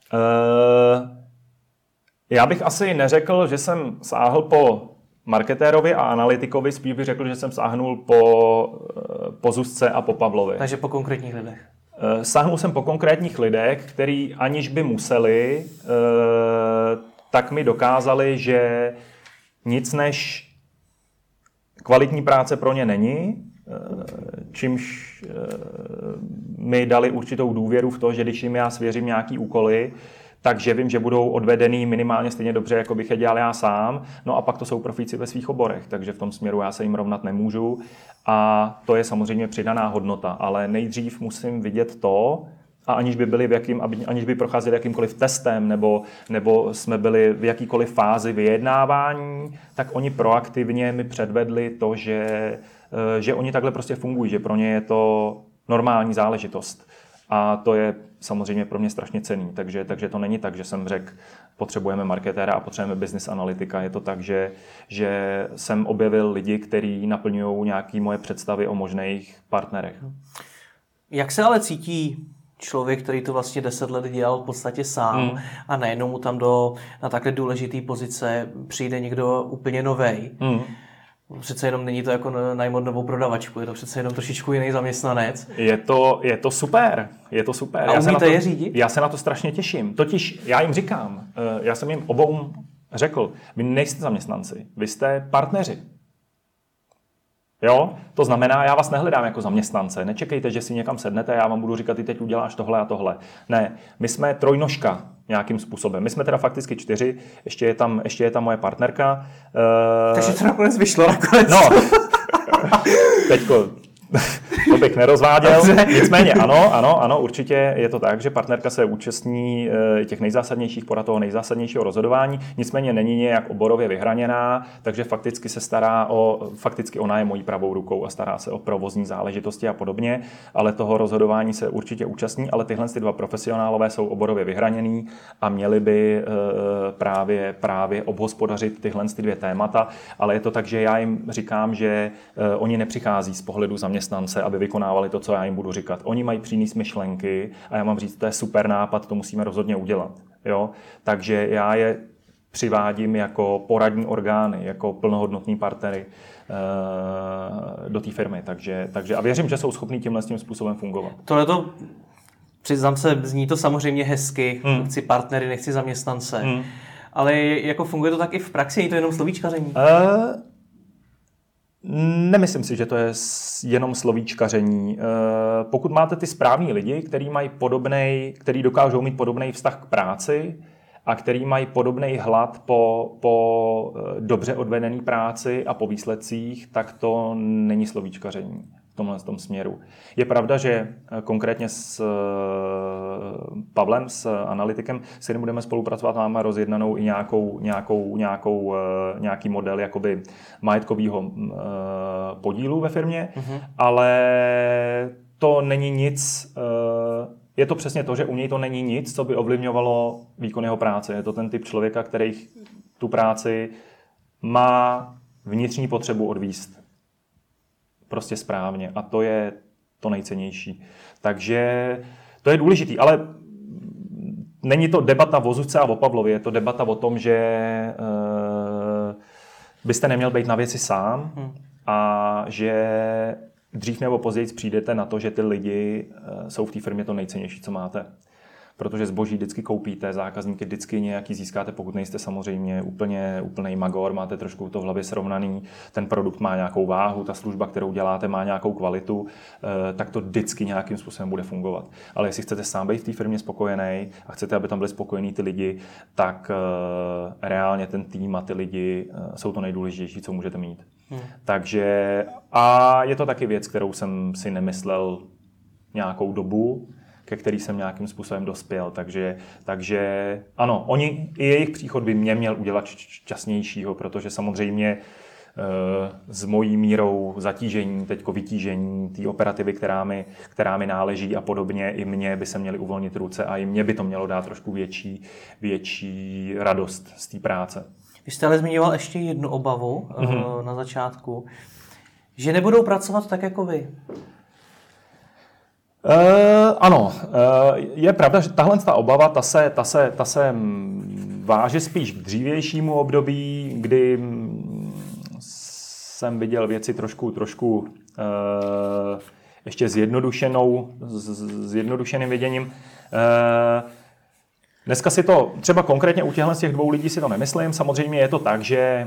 Já bych asi neřekl, že jsem sáhl po marketérovi a analytikovi, spíš bych řekl, že jsem sáhnul po Zuzce a po Pavlovi. Takže po konkrétních lidech. Sáhnul jsem po konkrétních lidech, který aniž by museli, tak mi dokázali, že nic než kvalitní práce pro ně není, čímž mi dali určitou důvěru v to, že když jim já svěřím nějaký úkoly, takže vím, že budou odvedený minimálně stejně dobře, jako bych je dělal já sám. No a pak to jsou profíci ve svých oborech, takže v tom směru já se jim rovnat nemůžu. A to je samozřejmě přidaná hodnota, ale nejdřív musím vidět to, a aniž by procházeli jakýmkoliv testem nebo jsme byli v jakýkoliv fázi vyjednávání, tak oni proaktivně mi předvedli to, že oni takhle prostě fungují, že pro ně je to normální záležitost. A to je samozřejmě pro mě strašně cenný. Takže to není tak, že jsem řekl, potřebujeme marketéra a potřebujeme business analytika. Je to tak, že jsem objevil lidi, kteří naplňují nějaké moje představy o možných partnerech. Jak se ale cítí člověk, který to vlastně 10 let dělal v podstatě sám a najednou mu tam na takhle důležitý pozice přijde někdo úplně novej? Přece jenom není to jako najmout novou prodavačku, je to přece jenom trošičku jiný zaměstnanec. Je to super, je to super. A umíte je řídit? Já se na to strašně těším. Totiž já jim říkám, já jsem jim obou řekl, vy nejste zaměstnanci, vy jste partneři. Jo? To znamená, já vás nehledám jako zaměstnance. Nečekejte, že si někam sednete a já vám budu říkat, ty teď uděláš tohle a tohle. Ne, my jsme trojnožka nějakým způsobem. My jsme teda fakticky 4, ještě je tam moje partnerka. Takže to nakonec vyšlo nakonec. No, teďko to bych nerozváděl. Nicméně ano, určitě je to tak, že partnerka se účastní těch nejzásadnějších porad toho nejzásadnějšího rozhodování, nicméně není nějak oborově vyhraněná, takže fakticky ona je mojí pravou rukou a stará se o provozní záležitosti a podobně, ale toho rozhodování se určitě účastní, ale tyhle dva profesionálové jsou oborově vyhraněný a měli by právě obhospodařit tyhle dvě témata, ale je to tak, že já jim říkám, že oni nepřichází z pohledu zaměstnance, aby vykonávali to, co já jim budu říkat. Oni mají přinést myšlenky a já mám říct, to je super nápad, to musíme rozhodně udělat. Jo? Takže já je přivádím jako poradní orgány, jako plnohodnotní partnery do té firmy. Takže a věřím, že jsou schopní tímhle tím způsobem fungovat. Tohleto, přiznám se, zní to samozřejmě hezky. Chci partnery, nechci zaměstnance. Ale jako funguje to tak i v praxi? Je to jenom slovíčkaření? Nemyslím si, že to je jenom slovíčkaření. Pokud máte ty správní lidi, kteří dokážou mít podobný vztah k práci a který mají podobný hlad po dobře odvedené práci a po výsledcích, tak to není slovíčkaření v tomhle směru. Je pravda, že konkrétně s Pavlem, s analytikem, s kterým budeme spolupracovat, máme rozjednanou i nějaký model jakoby majetkového podílu ve firmě, ale to není nic, je to přesně to, že u něj to není nic, co by ovlivňovalo výkon jeho práce. Je to ten typ člověka, který tu práci má vnitřní potřebu odvést prostě správně a to je to nejcennější. Takže to je důležitý, ale není to debata o Zuzce a o Pavlovi, je to debata o tom, že byste neměl být na věci sám a že dřív nebo později přijdete na to, že ty lidi jsou v té firmě to nejcennější, co máte. protože zboží vždycky koupíte, zákazníky vždycky nějaký získáte, pokud nejste samozřejmě úplný magor, máte trošku to v hlavě srovnaný, ten produkt má nějakou váhu, ta služba, kterou děláte, má nějakou kvalitu, tak to vždycky nějakým způsobem bude fungovat. Ale jestli chcete sám být v té firmě spokojený a chcete, aby tam byli spokojení ty lidi, tak reálně ten tým a ty lidi jsou to nejdůležitější, co můžete mít. Takže a je to taky věc, kterou jsem si nemyslel nějakou dobu, ke který jsem nějakým způsobem dospěl. Takže ano, i jejich příchod by mě měl udělat šťastnějšího, protože samozřejmě s mojí mírou zatížení, teďko vytížení té operativy, která mi náleží a podobně, i mně by se měly uvolnit ruce a i mně by to mělo dát trošku větší radost z té práce. Vy jste ale zmiňoval ještě jednu obavu na začátku, že nebudou pracovat tak jako vy. Ano, je pravda, že tahle obava, ta se váže spíš k dřívějšímu období, kdy jsem viděl věci trošku ještě zjednodušeným viděním. Dneska si to, třeba konkrétně u těchto z těch dvou lidí si to nemyslím, samozřejmě je to tak, že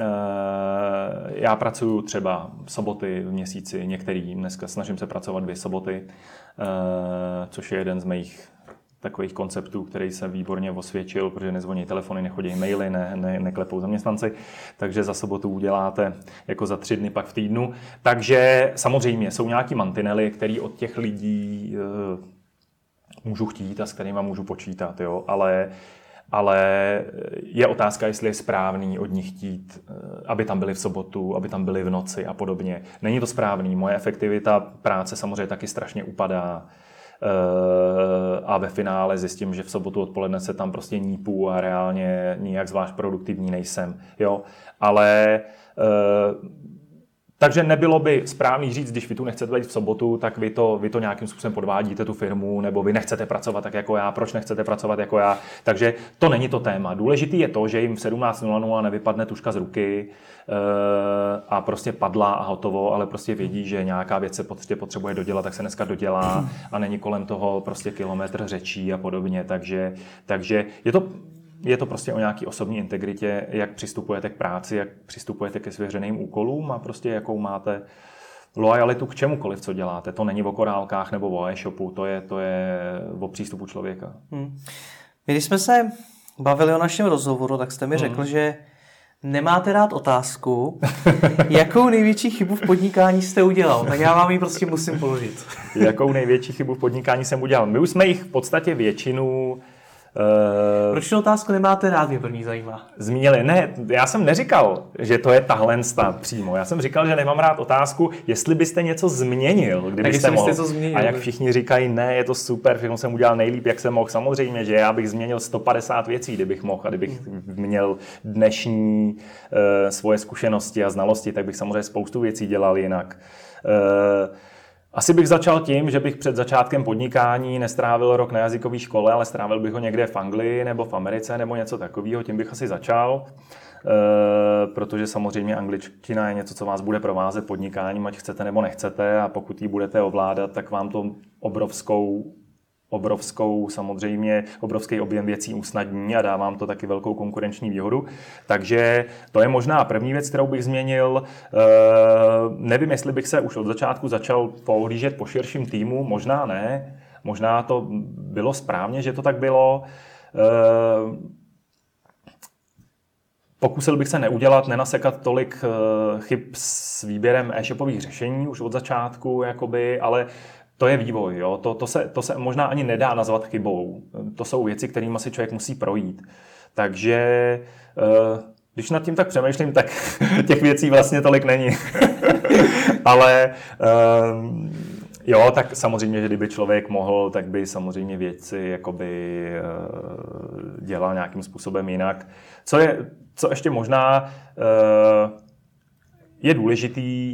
já pracuji třeba soboty v měsíci, některý, dneska snažím se pracovat 2 soboty, což je jeden z mých takových konceptů, který se výborně osvědčil, protože nezvoní telefony, nechodí maily, neklepou zaměstnanci, takže za sobotu uděláte jako za 3 dny pak v týdnu. Takže samozřejmě jsou nějaký mantinely, který od těch lidí můžu chtít a s kterýma můžu počítat, jo? Ale je otázka, jestli je správný od nich chtít, aby tam byli v sobotu, aby tam byli v noci a podobně. Není to správný, moje efektivita práce samozřejmě taky strašně upadá a ve finále zjistím, že v sobotu odpoledne se tam prostě nípu a reálně nijak zvlášť produktivní nejsem. Jo? Ale takže nebylo by správný říct, když vy tu nechcete být v sobotu, tak vy to nějakým způsobem podvádíte tu firmu, nebo vy nechcete pracovat tak jako já, proč nechcete pracovat jako já. Takže to není to téma. Důležitý je to, že jim v 17:00 nevypadne tužka z ruky a prostě padla a hotovo, ale prostě vědí, že nějaká věc se potřebuje dodělat, tak se dneska dodělá a není kolem toho prostě kilometr řečí a podobně. Takže je to prostě o nějaký osobní integritě, jak přistupujete k práci, jak přistupujete ke svěřeným úkolům a prostě jakou máte loajalitu k čemukoliv, co děláte. To není o korálkách nebo o e-shopu, to je o přístupu člověka. Když jsme se bavili o našem rozhovoru, tak jste mi řekl, že nemáte rád otázku, jakou největší chybu v podnikání jste udělal. Tak já vám ji prostě musím položit. Jakou největší chybu v podnikání jsem udělal? My už jsme jich v podstatě většinu Proč tu otázku nemáte rád, mě první zajímá. Zmínili. Ne, já jsem neříkal, že to je tahle přímo. Já jsem říkal, že nemám rád otázku, jestli byste něco změnil, kdybyste mohl. A jak všichni říkají, ne, je to super, všechno jsem udělal nejlíp, jak jsem mohl. Samozřejmě, že já bych změnil 150 věcí, kdybych mohl, a kdybych měl dnešní svoje zkušenosti a znalosti, tak bych samozřejmě spoustu věcí dělal jinak. Asi bych začal tím, že bych před začátkem podnikání nestrávil rok na jazykové škole, ale strávil bych ho někde v Anglii nebo v Americe nebo něco takového. Tím bych asi začal, protože samozřejmě angličtina je něco, co vás bude provázet podnikáním, ať chcete nebo nechcete, a pokud ji budete ovládat, tak vám to obrovský objem věcí usnadní a dá vám to taky velkou konkurenční výhodu. Takže to je možná první věc, kterou bych změnil. Nevím, jestli bych se už od začátku začal pohlížet po širším týmu, možná ne. Možná to bylo správně, že to tak bylo. Pokusil bych se nenasekat tolik chyb s výběrem e-shopových řešení už od začátku, ale to je vývoj, jo? To se možná ani nedá nazvat chybou. To jsou věci, kterými si člověk musí projít. Takže když nad tím tak přemýšlím, tak těch věcí vlastně tolik není. Ale jo, tak samozřejmě, že kdyby člověk mohl, tak by samozřejmě věci dělal nějakým způsobem jinak. Co ještě možná je důležitý,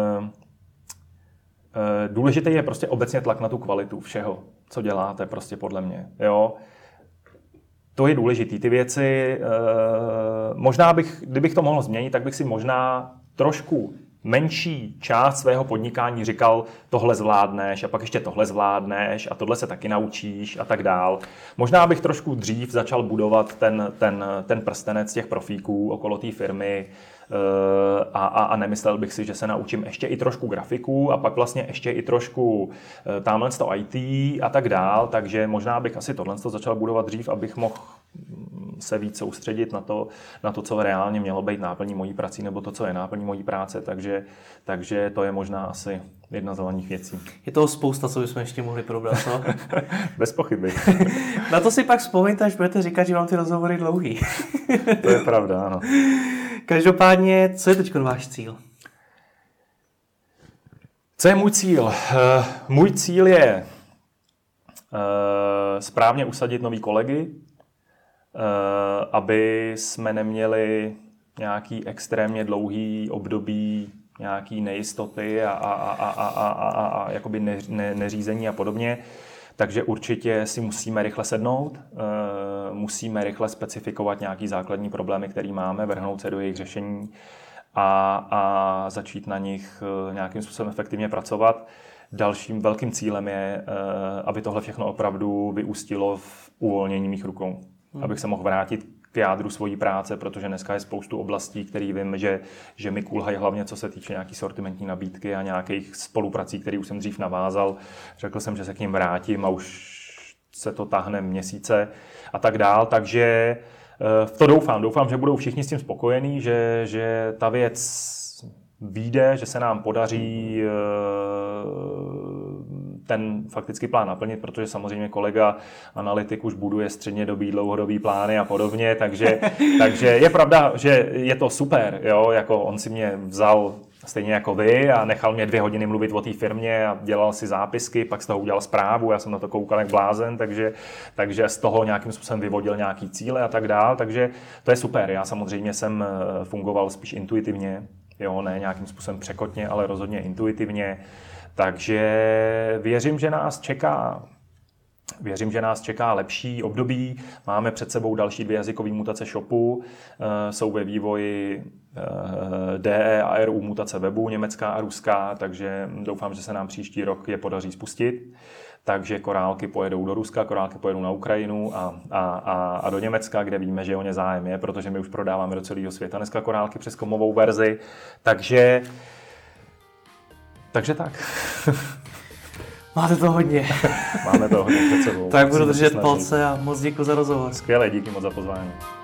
důležitý je prostě obecně tlak na tu kvalitu všeho, co děláte, prostě podle mě. Jo? To je důležitý. Ty věci, možná kdybych to mohl změnit, tak bych si možná trošku menší část svého podnikání říkal, tohle zvládneš a pak ještě tohle zvládneš a tohle se taky naučíš a tak dál. Možná bych trošku dřív začal budovat ten prstenec těch profíků okolo té firmy a nemyslel bych si, že se naučím ještě i trošku grafiku a pak vlastně ještě i trošku tamhle to IT a tak dál, takže možná bych asi tohle začal budovat dřív, abych mohl se víc soustředit na to, co reálně mělo být náplní mojí prací, nebo to, co je náplní mojí práce, takže to je možná asi jedna z hlavních věcí. Je toho spousta, co bychom ještě mohli probrat, no? Bez pochyby. Na to si pak vzpomeňte, až budete říkat, že vám ty rozhovory dlouhý. To je pravda, ano. Každopádně, co je teď váš cíl? Co je můj cíl? Můj cíl je správně usadit nový kolegy, aby jsme neměli nějaký extrémně dlouhý období nějaký nejistoty a jakoby neřízení a podobně. Takže určitě si musíme rychle sednout, musíme rychle specifikovat nějaký základní problémy, které máme, vrhnout se do jejich řešení a začít na nich nějakým způsobem efektivně pracovat. Dalším velkým cílem je, aby tohle všechno opravdu vyústilo v uvolnění mých rukou. Abych se mohl vrátit k jádru svojí práce, protože dneska je spoustu oblastí, které vím, že mi kulhají hlavně co se týče nějaký sortimentní nabídky a nějakých spoluprací, které už jsem dřív navázal. Řekl jsem, že se k ním vrátím a už se to táhne měsíce a tak dál, takže v to doufám, že budou všichni s tím spokojení, že ta věc vyjde, že se nám podaří ten fakticky plán naplnit, protože samozřejmě kolega analytik už buduje střednědobý, dlouhodobý plány a podobně, takže je pravda, že je to super, jo, jako on si mě vzal stejně jako vy a nechal mě 2 hodiny mluvit o té firmě a dělal si zápisky, pak z toho udělal zprávu, já jsem na to koukal jak blázen, takže z toho nějakým způsobem vyvodil nějaký cíle a tak dál, takže to je super. Já samozřejmě jsem fungoval spíš intuitivně, jo, ne nějakým způsobem překotně, ale rozhodně intuitivně, takže věřím, že nás čeká lepší období. Máme před sebou další 2 jazykové mutace shopu. Jsou ve vývoji DE a RU mutace webu, německá a ruská, takže doufám, že se nám příští rok je podaří spustit. Takže korálky pojedou do Ruska, korálky pojedou na Ukrajinu a do Německa, kde víme, že o ně zájem je, protože my už prodáváme do celého světa dneska korálky přes komovou verzi. Takže tak. Máte to hodně. Máme to hodně před sebou. Tak budu držet palce a moc děkuji za rozhovor. Skvěle, díky moc za pozvání.